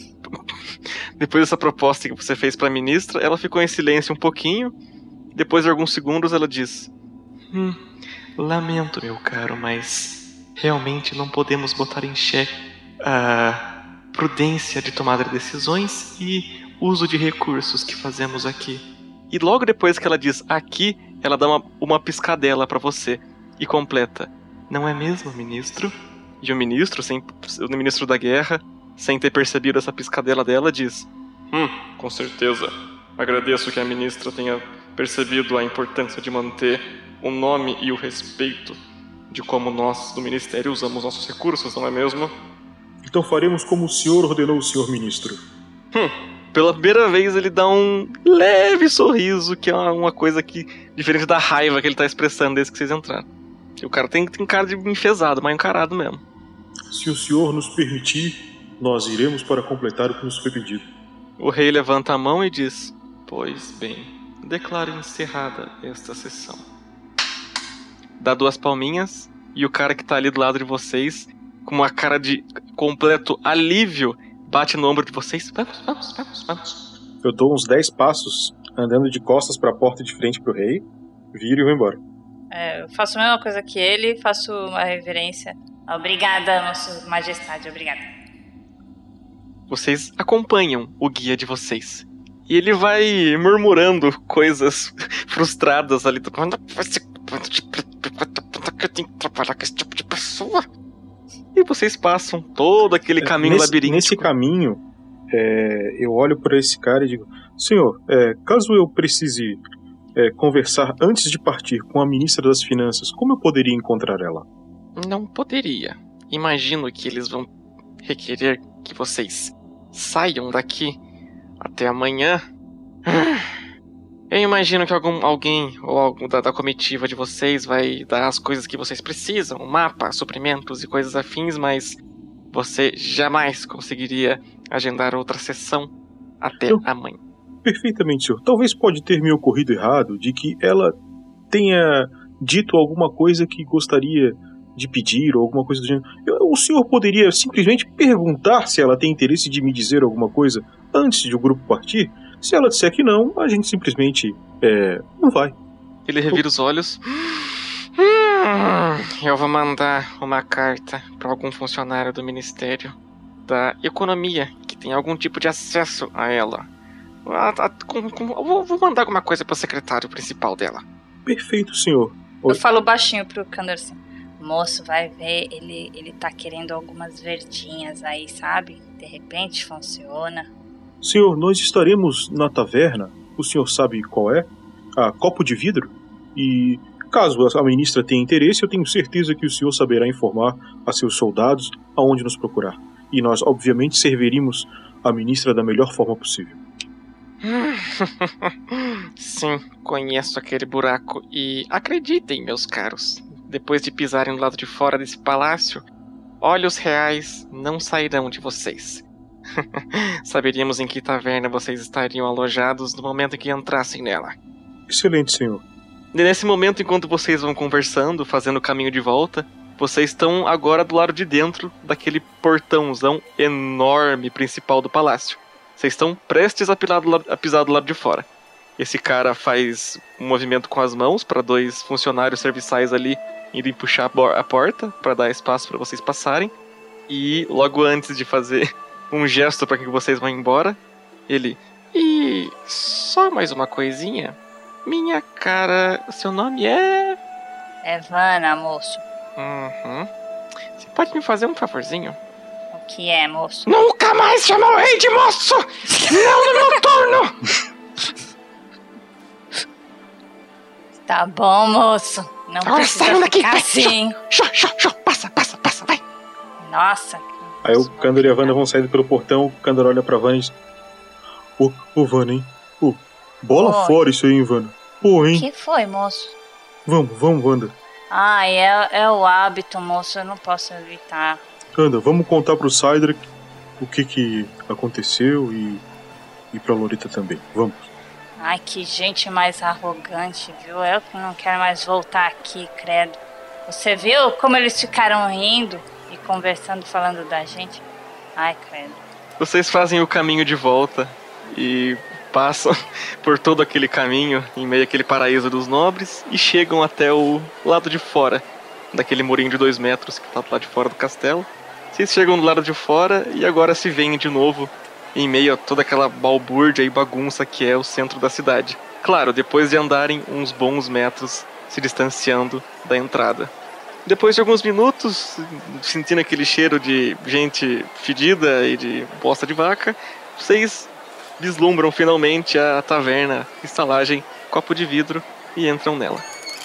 Speaker 8: ministra, ela ficou em silêncio um pouquinho. Depois de alguns segundos ela diz: lamento, meu caro, mas realmente não podemos botar em xeque a prudência de tomada de decisões e uso de recursos que fazemos aqui. E logo depois que ela diz aqui, ela dá uma piscadela pra você e completa: não é mesmo, ministro? E o ministro da guerra, sem ter percebido essa piscadela dela, diz:
Speaker 4: com certeza. Agradeço que a ministra tenha percebido a importância de manter o nome e o respeito de como nós do ministério usamos nossos recursos, não é mesmo?
Speaker 3: Então faremos como o senhor ordenou, senhor ministro.
Speaker 8: Pela primeira vez ele dá um leve sorriso, que é uma coisa que diferente da raiva que ele tá expressando desde que vocês entraram. O cara tem cara de enfesado, mas encarado mesmo.
Speaker 3: Se o senhor nos permitir, nós iremos para completar o que nos foi pedido.
Speaker 8: O rei levanta a mão e diz: pois bem, declaro encerrada esta sessão. Dá 2 palminhas e o cara que tá ali do lado de vocês, com uma cara de completo alívio, bate no ombro de vocês. Vamos.
Speaker 3: Eu dou uns 10 passos, andando de costas para a porta de frente pro rei, viro e vou embora.
Speaker 7: Eu faço a mesma coisa que ele, faço uma reverência. Obrigada, Nossa Majestade, obrigada.
Speaker 8: Vocês acompanham o guia de vocês. E ele vai murmurando coisas frustradas ali. Eu tenho que trabalhar com esse tipo de pessoa. E vocês passam todo aquele caminho labiríntico.
Speaker 3: Nesse caminho, eu olho para esse cara e digo: senhor, caso eu precise conversar antes de partir com a ministra das Finanças, como eu poderia encontrar ela?
Speaker 8: Não poderia. Imagino que eles vão requerer que vocês saiam daqui até amanhã. Eu imagino que alguém ou algum da comitiva de vocês vai dar as coisas que vocês precisam, um mapa, suprimentos e coisas afins, mas você jamais conseguiria agendar outra sessão até amanhã. Perfeitamente,
Speaker 3: senhor. Talvez pode ter me ocorrido errado de que ela tenha dito alguma coisa que gostaria de pedir ou alguma coisa do gênero. O senhor poderia simplesmente perguntar se ela tem interesse de me dizer alguma coisa antes de o grupo partir? Se ela disser que não, a gente simplesmente não vai.
Speaker 8: Ele revira os olhos. Eu vou mandar uma carta para algum funcionário do Ministério da Economia que tem algum tipo de acesso a ela. Vou mandar alguma coisa para o secretário principal dela.
Speaker 3: Perfeito, senhor.
Speaker 7: Eu falo baixinho pro Kandor assim: moço, vai ver, ele tá querendo algumas verdinhas aí, sabe? De repente funciona.
Speaker 3: Senhor, nós estaremos na taverna. O senhor sabe qual é? A Copo de Vidro. E caso a ministra tenha interesse, eu tenho certeza que o senhor saberá informar a seus soldados aonde nos procurar. E nós, obviamente, serviremos a ministra da melhor forma possível.
Speaker 8: Sim, conheço aquele buraco e acreditem, meus caros, depois de pisarem do lado de fora desse palácio, olhos reais não sairão de vocês. Saberíamos em que taverna vocês estariam alojados no momento em que entrassem nela.
Speaker 3: Excelente, senhor.
Speaker 8: Nesse momento, enquanto vocês vão conversando, fazendo o caminho de volta, vocês estão agora do lado de dentro daquele portãozão enorme principal do palácio. Vocês estão prestes a pisar do lado de fora. Esse cara faz um movimento com as mãos para 2 funcionários serviçais ali irem puxar a porta para dar espaço para vocês passarem. E logo antes de fazer um gesto para que vocês vão embora, ele... E só mais uma coisinha. Minha cara, seu nome é...
Speaker 7: É Vanna, moço.
Speaker 8: Uhum. Você pode me fazer um favorzinho?
Speaker 7: O que é, moço?
Speaker 9: Nunca mais chama o rei de moço! Não no meu turno!
Speaker 7: Tá bom, moço. Não
Speaker 9: Agora
Speaker 7: precisa
Speaker 9: saiam daqui!
Speaker 7: ficar assim.
Speaker 9: Passa, vai!
Speaker 7: Nossa.
Speaker 3: Aí o Kandor e a Vanna vão saindo pelo portão, o Kandor olha pra Vanna e diz... Ô, Vanna, hein? Bola fora isso aí, hein, Vanna? Pô, hein?
Speaker 7: O que foi, moço?
Speaker 3: Vamos, Wanda.
Speaker 7: Ai, é o hábito, moço. Eu não posso evitar.
Speaker 3: Anda, vamos contar pro Cydrak o que aconteceu e pra Loretta também. Vamos.
Speaker 7: Ai, que gente mais arrogante, viu? Eu que não quero mais voltar aqui, credo. Você viu como eles ficaram rindo e conversando, falando da gente? Ai, credo.
Speaker 8: Vocês fazem o caminho de volta e passam por todo aquele caminho, em meio àquele paraíso dos nobres, e chegam até o lado de fora daquele murinho de 2 metros que tá do lado de fora do castelo. Vocês chegam do lado de fora e agora se veem de novo em meio a toda aquela balbúrdia e bagunça que é o centro da cidade. Claro, depois de andarem uns bons metros se distanciando da entrada. Depois de alguns minutos, sentindo aquele cheiro de gente fedida e de bosta de vaca, vocês vislumbram finalmente a taverna, estalagem, Copo de Vidro e entram nela.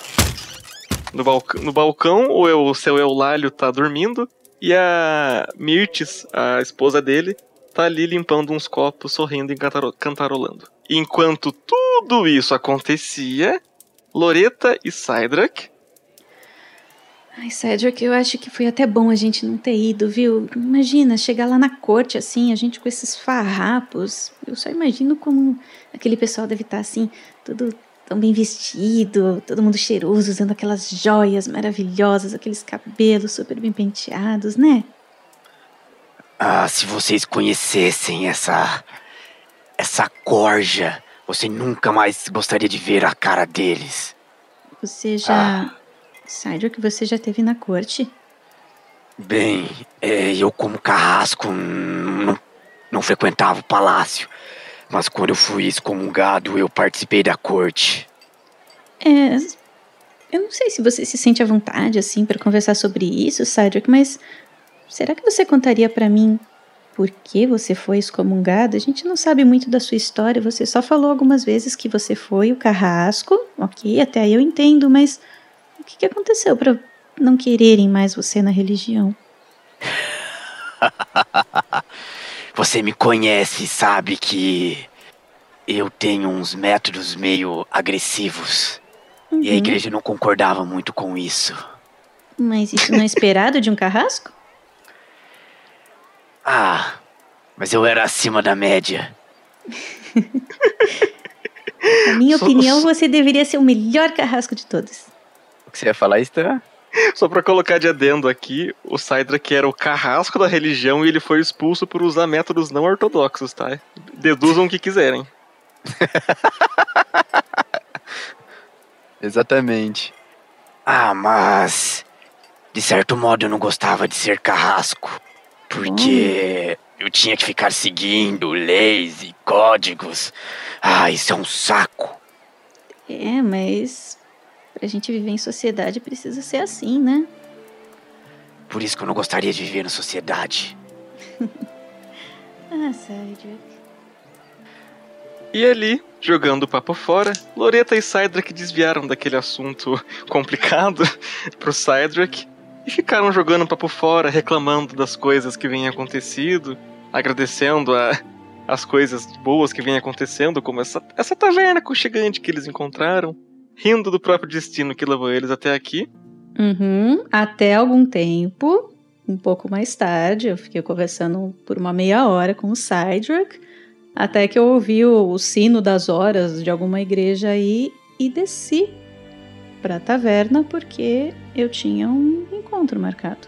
Speaker 8: No balcão, o seu Eulálio tá dormindo e a Mirtes, a esposa dele, tá ali limpando uns copos, sorrindo e cantarolando. Enquanto tudo isso acontecia, Loretta e Cydrak...
Speaker 5: Ai, Cedric, eu acho que foi até bom a gente não ter ido, viu? Imagina, chegar lá na corte, assim, a gente com esses farrapos. Eu só imagino como aquele pessoal deve estar, assim, tudo tão bem vestido, todo mundo cheiroso, usando aquelas joias maravilhosas, aqueles cabelos super bem penteados, né?
Speaker 9: Ah, se vocês conhecessem essa corja, você nunca mais gostaria de ver a cara deles.
Speaker 5: Você já... Cydrak, você já esteve na corte?
Speaker 9: Bem, eu como carrasco não frequentava o palácio, mas quando eu fui excomungado eu participei da corte.
Speaker 5: Eu não sei se você se sente à vontade assim para conversar sobre isso, Cydrak, mas será que você contaria para mim por que você foi excomungado? A gente não sabe muito da sua história, você só falou algumas vezes que você foi o carrasco, ok, até aí eu entendo, mas... O que aconteceu para não quererem mais você na religião?
Speaker 9: Você me conhece e sabe que eu tenho uns métodos meio agressivos. Uhum. E a igreja não concordava muito com isso.
Speaker 5: Mas isso não é esperado de um carrasco?
Speaker 9: Ah, mas eu era acima da média.
Speaker 5: Na minha opinião, você deveria ser o melhor carrasco de todos.
Speaker 6: O que você ia falar, Stan?
Speaker 8: Só pra colocar de adendo aqui, o Cydrak era o carrasco da religião e ele foi expulso por usar métodos não ortodoxos, tá? Deduzam o que quiserem.
Speaker 6: Exatamente.
Speaker 9: Ah, mas... De certo modo eu não gostava de ser carrasco. Porque eu tinha que ficar seguindo leis e códigos. Ah, isso é um saco.
Speaker 5: É, mas pra gente viver em sociedade precisa ser assim, né?
Speaker 9: Por isso que eu não gostaria de viver na sociedade.
Speaker 5: Ah, Cydrak.
Speaker 8: E ali, jogando o papo fora, Loreta e Cydrak desviaram daquele assunto complicado pro Cydrak e ficaram jogando papo fora, reclamando das coisas que vêm acontecido, agradecendo as coisas boas que vêm acontecendo, como essa taverna aconchegante que eles encontraram, rindo do próprio destino que levou eles até aqui.
Speaker 5: Até algum tempo, um pouco mais tarde, eu fiquei conversando por uma meia hora com o Cydrak, até que eu ouvi o sino das horas de alguma igreja aí e desci pra taverna porque eu tinha um encontro marcado.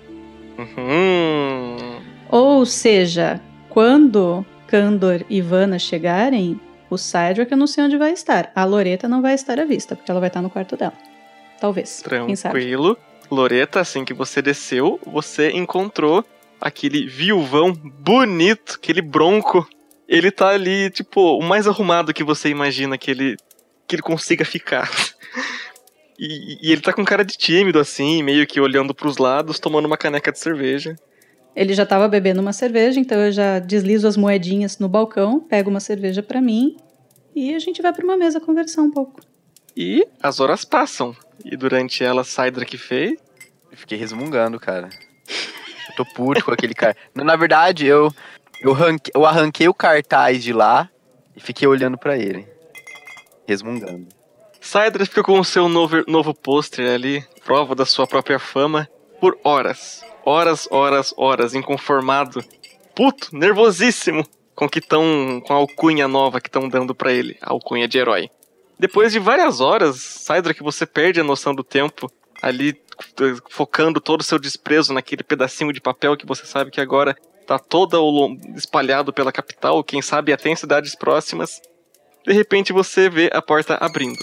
Speaker 5: Ou seja, quando Kandor e Vanna chegarem, o Cydrak eu não sei onde vai estar. A Loreta não vai estar à vista, porque ela vai estar no quarto dela. Talvez. Quem sabe?
Speaker 8: Tranquilo. Loreta, assim que você desceu, você encontrou aquele viuvão bonito, aquele bronco. Ele tá ali, tipo, o mais arrumado que você imagina que ele consiga ficar. E ele tá com cara de tímido, assim, meio que olhando pros lados, tomando uma caneca de cerveja.
Speaker 5: Ele já tava bebendo uma cerveja, então eu já deslizo as moedinhas no balcão, pego uma cerveja pra mim e a gente vai pra uma mesa conversar um pouco.
Speaker 8: E as horas passam. E durante ela, Cydrak fez...
Speaker 6: Eu fiquei resmungando, cara. Eu tô puto com aquele cara. Na verdade, eu arranquei o cartaz de lá e fiquei olhando pra ele. Resmungando.
Speaker 8: Cydrak ficou com o seu novo pôster ali, prova da sua própria fama, por horas. Horas, inconformado. Puto, nervosíssimo com a alcunha nova que estão dando pra ele, a alcunha de herói. Depois de várias horas, Cydrak, você perde a noção do tempo, ali focando todo o seu desprezo naquele pedacinho de papel que você sabe que agora tá todo espalhado pela capital, quem sabe até em cidades próximas. De repente você vê a porta abrindo.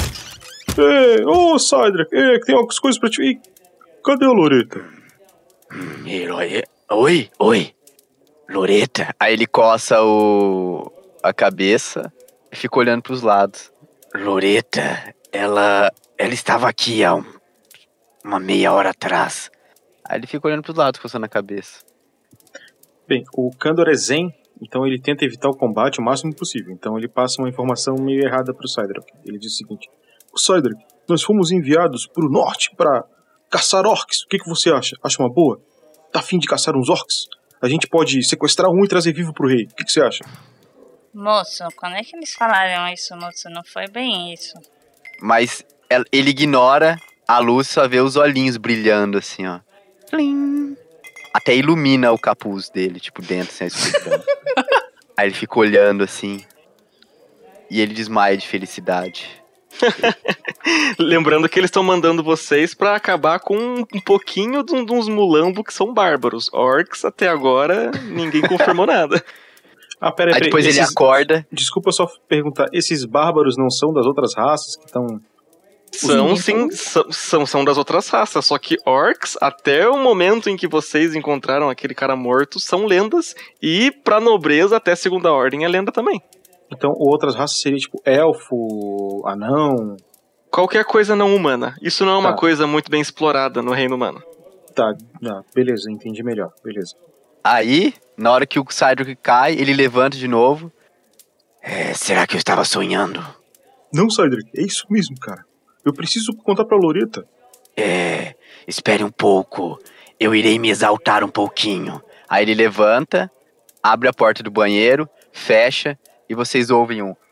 Speaker 3: Ô Cydrak, tem algumas coisas pra ti. Cadê a Loreta?
Speaker 9: Herói. Oi. Loreta.
Speaker 6: Aí ele coça a cabeça e fica olhando pros lados.
Speaker 9: Loreta, ela estava aqui há uma meia hora atrás.
Speaker 6: Aí ele fica olhando pros lados, coçando a cabeça.
Speaker 3: Bem, o Kandor é zen, então ele tenta evitar o combate o máximo possível. Então ele passa uma informação meio errada pro Cydrak. Ele diz o seguinte: Cydrak, nós fomos enviados pro norte pra caçar orcs. O que você acha? Acha uma boa? Tá afim de caçar uns orcs? A gente pode sequestrar um e trazer vivo pro rei. O que você acha?
Speaker 7: Moço, quando é que eles falaram isso, moço? Não foi bem isso.
Speaker 6: Mas ele ignora a luz, só vê os olhinhos brilhando assim, ó. Plim. Até ilumina o capuz dele, tipo, dentro, assim, a escuridão. Aí ele fica olhando assim. E ele desmaia de felicidade.
Speaker 8: Lembrando que eles estão mandando vocês pra acabar com um pouquinho de uns mulambos que são bárbaros. Orcs, até agora, ninguém confirmou nada.
Speaker 3: Peraí.
Speaker 6: Aí depois ele acorda.
Speaker 3: Desculpa só perguntar, esses bárbaros não são das outras raças que estão...
Speaker 8: São, sim, são das outras raças, só que orcs, até o momento em que vocês encontraram aquele cara morto, são lendas, e pra nobreza, até a segunda ordem, é lenda também.
Speaker 3: Então, outras raças seriam tipo elfo, anão...
Speaker 8: Qualquer coisa não humana. Isso não é uma coisa muito bem explorada no reino humano.
Speaker 3: Tá, beleza, entendi melhor, beleza.
Speaker 6: Aí, na hora que o Cydrak cai, ele levanta de novo.
Speaker 9: Será que eu estava sonhando?
Speaker 3: Não, Cydrak, é isso mesmo, cara. Eu preciso contar pra Loreta.
Speaker 9: Espere um pouco. Eu irei me exaltar um pouquinho.
Speaker 6: Aí ele levanta, abre a porta do banheiro, fecha, e vocês ouvem um...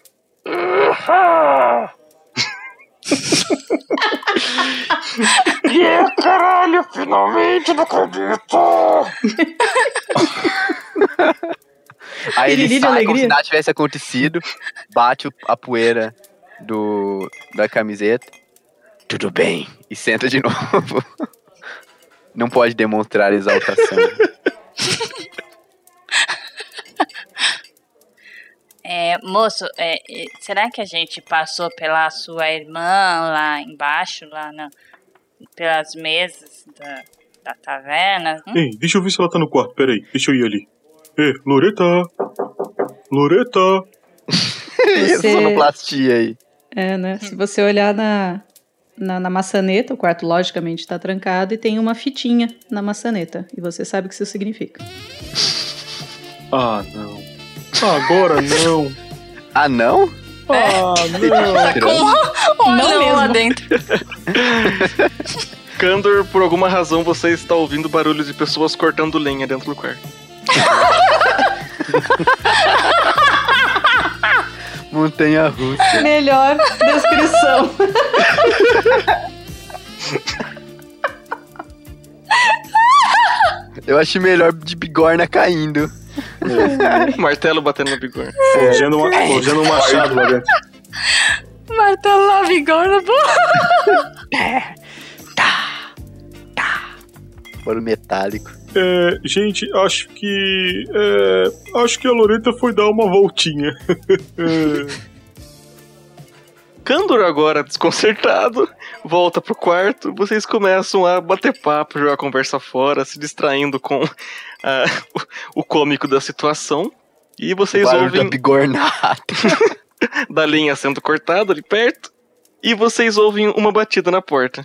Speaker 9: Caralho, finalmente não acredito!
Speaker 6: Aí ele sai como se nada tivesse acontecido, bate a poeira da camiseta.
Speaker 9: Tudo bem.
Speaker 6: E senta de novo. Não pode demonstrar exaltação.
Speaker 7: Moço, será que a gente passou pela sua irmã lá embaixo, pelas mesas da taverna?
Speaker 3: Ei, deixa eu ver se ela tá no quarto, peraí, deixa eu ir ali. Loreta! Loreta!
Speaker 6: Sonoplastia aí.
Speaker 5: Né? Se você olhar na maçaneta, o quarto logicamente está trancado e tem uma fitinha na maçaneta. E você sabe o que isso significa.
Speaker 3: Ah, não. Agora não.
Speaker 6: Ah, não?
Speaker 3: Ah,
Speaker 7: Com um anão lá dentro.
Speaker 8: Kandor, por alguma razão, você está ouvindo barulho de pessoas cortando lenha dentro do quarto.
Speaker 6: Montanha russa.
Speaker 5: Melhor descrição.
Speaker 6: Eu acho melhor de bigorna caindo.
Speaker 8: Martelo batendo no bigorna.
Speaker 3: Forjando um machado lá dentro.
Speaker 7: Martelo na bigorna, pô.
Speaker 6: Foro metálico.
Speaker 3: Gente, acho que a Loreta foi dar uma voltinha.
Speaker 8: Kandor, agora desconcertado, volta pro quarto. Vocês começam a bater papo, jogar a conversa fora, se distraindo com o cômico da situação. E vocês ouvem
Speaker 6: da bigornada.
Speaker 8: da linha sendo cortada ali perto. E vocês ouvem uma batida na porta.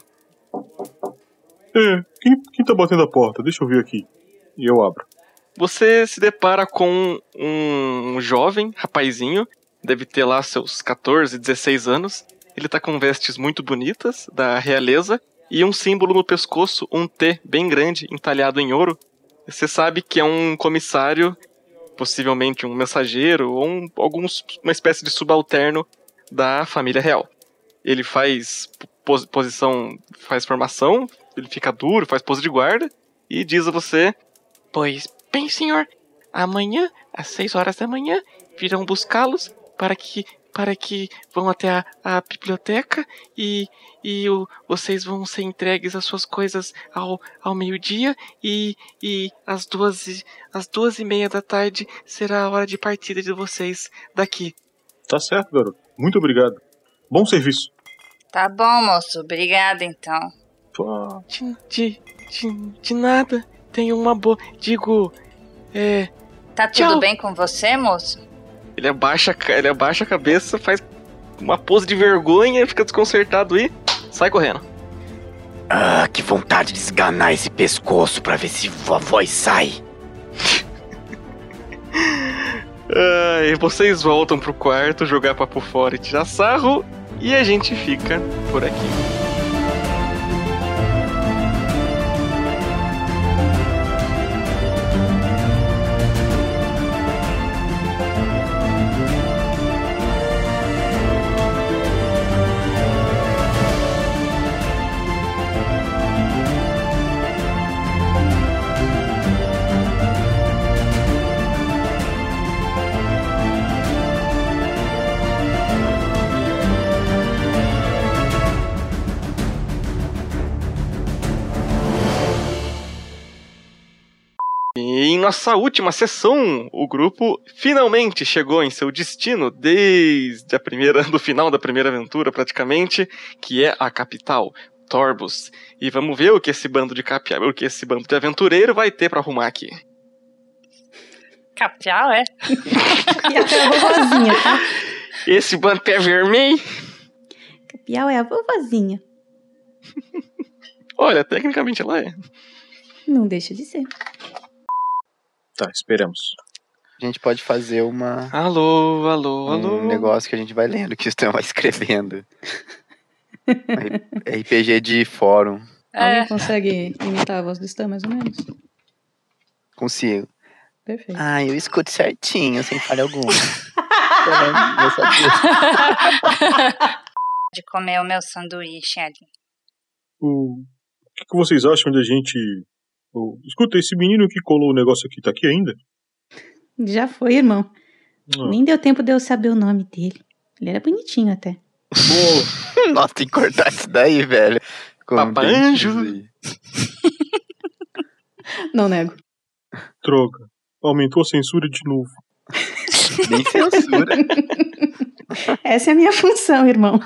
Speaker 3: Quem tá batendo a porta? Deixa eu ver aqui. E eu abro.
Speaker 8: Você se depara com um jovem rapazinho, deve ter lá seus 14, 16 anos. Ele tá com vestes muito bonitas, da realeza, e um símbolo no pescoço, um T bem grande, entalhado em ouro. Você sabe que é um comissário, possivelmente um mensageiro, ou uma espécie de subalterno da família real. Ele faz faz formação, ele fica duro, faz pose de guarda, e diz a você: "Pois bem, senhor, amanhã, às 6 horas da manhã, virão buscá-los para que vão até a biblioteca e vocês vão ser entregues as suas coisas ao meio-dia e às 2:30 da tarde será a hora de partida de vocês daqui."
Speaker 3: Tá certo, garoto. Muito obrigado. Bom serviço.
Speaker 7: Tá bom, moço. Obrigada, então.
Speaker 8: De nada. Tenha uma boa...
Speaker 7: Tá tudo
Speaker 8: Tchau.
Speaker 7: bem com você, moço?
Speaker 8: Ele abaixa a cabeça, faz uma pose de vergonha, fica desconcertado e sai correndo.
Speaker 9: Ah, que vontade de esganar esse pescoço pra ver se a voz sai.
Speaker 8: E vocês voltam pro quarto, jogar papo fora e tirar sarro, e a gente fica por aqui. E em nossa última sessão, o grupo finalmente chegou em seu destino desde do final da primeira aventura, praticamente, que é a capital, Torbus. E vamos ver o que esse bando de aventureiro vai ter pra arrumar aqui.
Speaker 7: Capial, é?
Speaker 5: E até a vovozinha, tá?
Speaker 8: Esse bando pé vermelho.
Speaker 5: Capial é a vovozinha.
Speaker 8: Olha, tecnicamente ela é.
Speaker 5: Não deixa de ser.
Speaker 3: Tá, esperamos.
Speaker 6: A gente pode fazer
Speaker 8: Alô.
Speaker 6: um negócio que a gente vai lendo, que o Stan vai escrevendo. RPG de fórum.
Speaker 5: Alguém consegue imitar a voz do Stan, mais ou menos?
Speaker 6: Consigo.
Speaker 5: Perfeito.
Speaker 6: Eu escuto certinho, sem falha alguma.
Speaker 7: De comer o meu sanduíche ali.
Speaker 3: O que vocês acham de a gente... Escuta, esse menino que colou o negócio aqui, tá aqui ainda?
Speaker 5: Já foi, irmão. Nem deu tempo de eu saber o nome dele. Ele era bonitinho até.
Speaker 6: Nossa, tem que cortar isso daí, velho.
Speaker 8: Papai Anjo.
Speaker 5: Não nego.
Speaker 3: Droga. Aumentou a censura de novo.
Speaker 6: Nem censura.
Speaker 5: Essa é a minha função, irmão.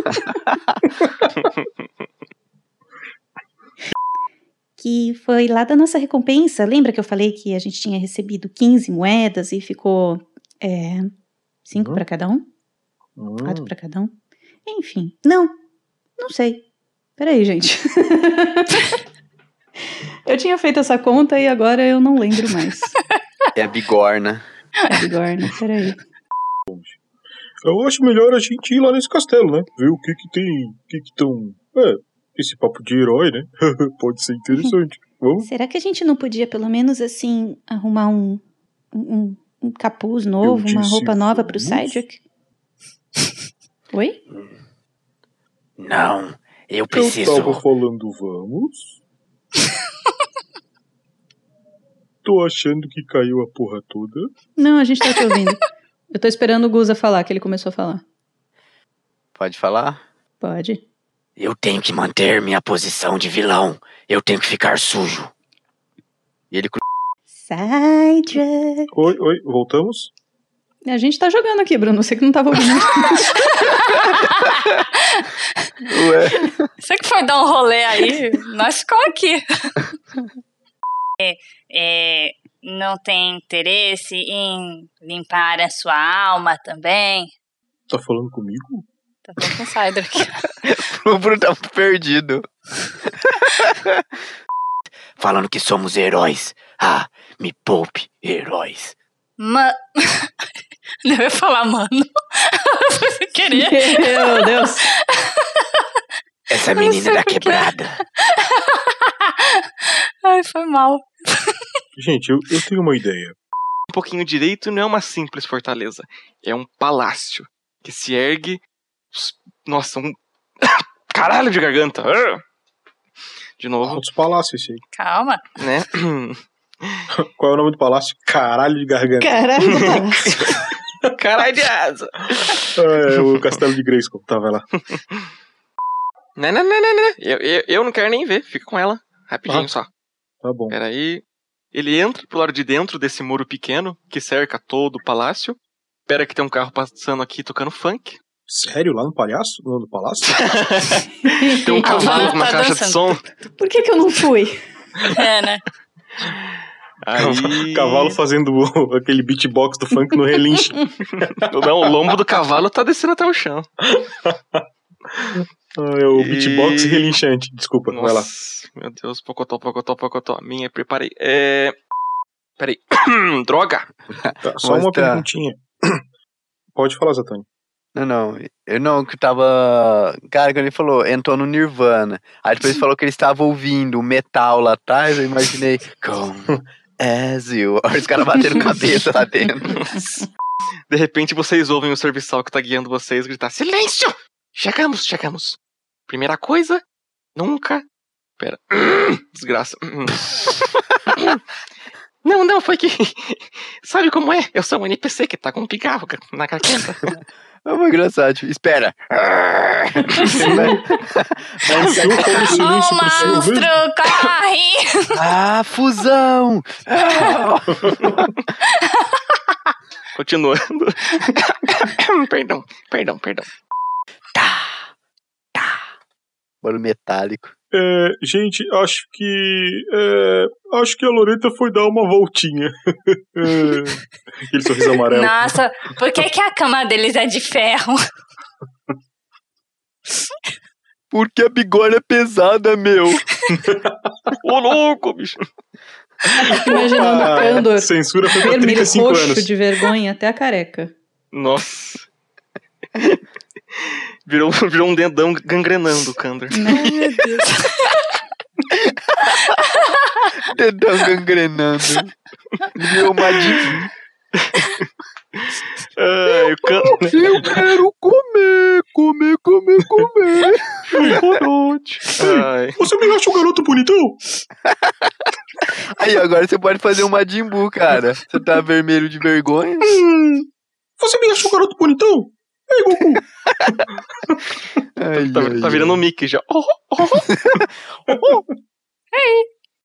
Speaker 5: Que foi lá da nossa recompensa. Lembra que eu falei que a gente tinha recebido 15 moedas e ficou 5 para cada um? 4 para cada um? Enfim, não sei. Peraí, gente. Eu tinha feito essa conta e agora eu não lembro mais.
Speaker 6: É a bigorna.
Speaker 5: Peraí.
Speaker 3: Eu acho melhor a gente ir lá nesse castelo, né? Ver o que tem, o que estão... esse papo de herói, né? Pode ser interessante. Vamos?
Speaker 5: Será que a gente não podia, pelo menos, assim, arrumar um capuz novo, uma roupa nova pro Cydric? Oi?
Speaker 9: Não, eu preciso...
Speaker 3: Eu tava falando vamos... Tô achando que caiu a porra toda.
Speaker 5: Não, a gente tá te ouvindo. Eu tô esperando o Guza falar, que ele começou a falar.
Speaker 6: Pode falar?
Speaker 5: Pode.
Speaker 9: Eu tenho que manter minha posição de vilão. Eu tenho que ficar sujo.
Speaker 6: E ele...
Speaker 5: Cydric.
Speaker 3: Oi, voltamos?
Speaker 5: A gente tá jogando aqui, Bruno. Você que não tava ouvindo.
Speaker 6: Ué.
Speaker 7: Você que foi dar um rolê aí, nós ficamos aqui. Não tem interesse em limpar a sua alma também?
Speaker 3: Tá falando comigo?
Speaker 7: Tá falando com o Cydric.
Speaker 6: O Bruno tá perdido.
Speaker 9: Falando que somos heróis. Ah, me poupe, heróis.
Speaker 7: Não ia falar, mano. Sem querer.
Speaker 5: Meu Deus.
Speaker 9: Essa menina da quebrada.
Speaker 7: Ai, foi mal.
Speaker 3: Gente, eu tenho uma ideia.
Speaker 8: Um pouquinho direito não é uma simples fortaleza. É um palácio que se ergue... Nossa, um... Caralho de garganta. De novo.
Speaker 3: Quantos palácios esse aí?
Speaker 7: Calma.
Speaker 8: Né?
Speaker 3: Qual é o nome do palácio? Caralho de garganta.
Speaker 5: Caralho do palácio.
Speaker 8: Caralho de asa.
Speaker 3: O castelo de Grayskull. Tá, vai lá.
Speaker 8: Não. Eu não quero nem ver. Fica com ela. Rapidinho só.
Speaker 3: Tá bom.
Speaker 8: Peraí. Ele entra pro lado de dentro desse muro pequeno que cerca todo o palácio. Espera que tem um carro passando aqui tocando funk.
Speaker 3: Sério? Lá no palhaço? No palácio?
Speaker 8: Tem um cavalo com uma
Speaker 7: tá
Speaker 8: caixa
Speaker 7: dançando.
Speaker 8: de som.
Speaker 5: Por que eu não fui?
Speaker 7: Né?
Speaker 8: Aí...
Speaker 3: Cavalo fazendo aquele beatbox do funk no relincho.
Speaker 8: Não, o lombo do cavalo tá descendo até o chão.
Speaker 3: É o beatbox relinchante. Desculpa,
Speaker 8: Nossa,
Speaker 3: vai lá.
Speaker 8: Meu Deus, pocotó. Minha, preparei. Peraí. Droga!
Speaker 3: Tá, só uma perguntinha. Pode falar, Zatoni.
Speaker 6: Não. Eu não, que tava... Cara, quando ele falou, entrou no Nirvana. Aí depois ele falou que ele estava ouvindo o metal lá atrás. Eu imaginei, come as you. Olha os caras batendo cabeça lá dentro.
Speaker 8: De repente vocês ouvem o serviçal que tá guiando vocês gritar: silêncio! Chegamos. Primeira coisa, nunca... Pera. Desgraça. Não, foi que... Sabe como é? Eu sou um NPC que tá com um pigarro na garganta.
Speaker 6: É muito engraçado. Tipo, espera.
Speaker 7: O monstro corre!
Speaker 6: Ah, fusão!
Speaker 8: Continuando. Perdão.
Speaker 9: Tá.
Speaker 6: Barulho metálico.
Speaker 3: Gente, acho que a Loreta foi dar uma voltinha. Aquele sorriso amarelo.
Speaker 7: Nossa, por que a cama deles é de ferro?
Speaker 6: Porque a bigorna é pesada, meu.
Speaker 8: Ô, louco, bicho.
Speaker 5: Imaginando a Kandor
Speaker 3: censura foi pra
Speaker 5: vermelho
Speaker 3: 35
Speaker 5: roxo
Speaker 3: anos.
Speaker 5: de vergonha até a careca.
Speaker 8: Nossa. Virou um dedão gangrenando o Kandor.
Speaker 5: Meu Deus.
Speaker 6: Dedão gangrenando. Virou uma diva. Eu quero comer.
Speaker 3: Você me acha um garoto bonitão?
Speaker 6: Aí agora você pode fazer um Majin Buu, cara. Você tá vermelho de vergonha?
Speaker 3: Você me acha um garoto bonitão? Ei, Goku.
Speaker 8: Tá virando o Mickey já.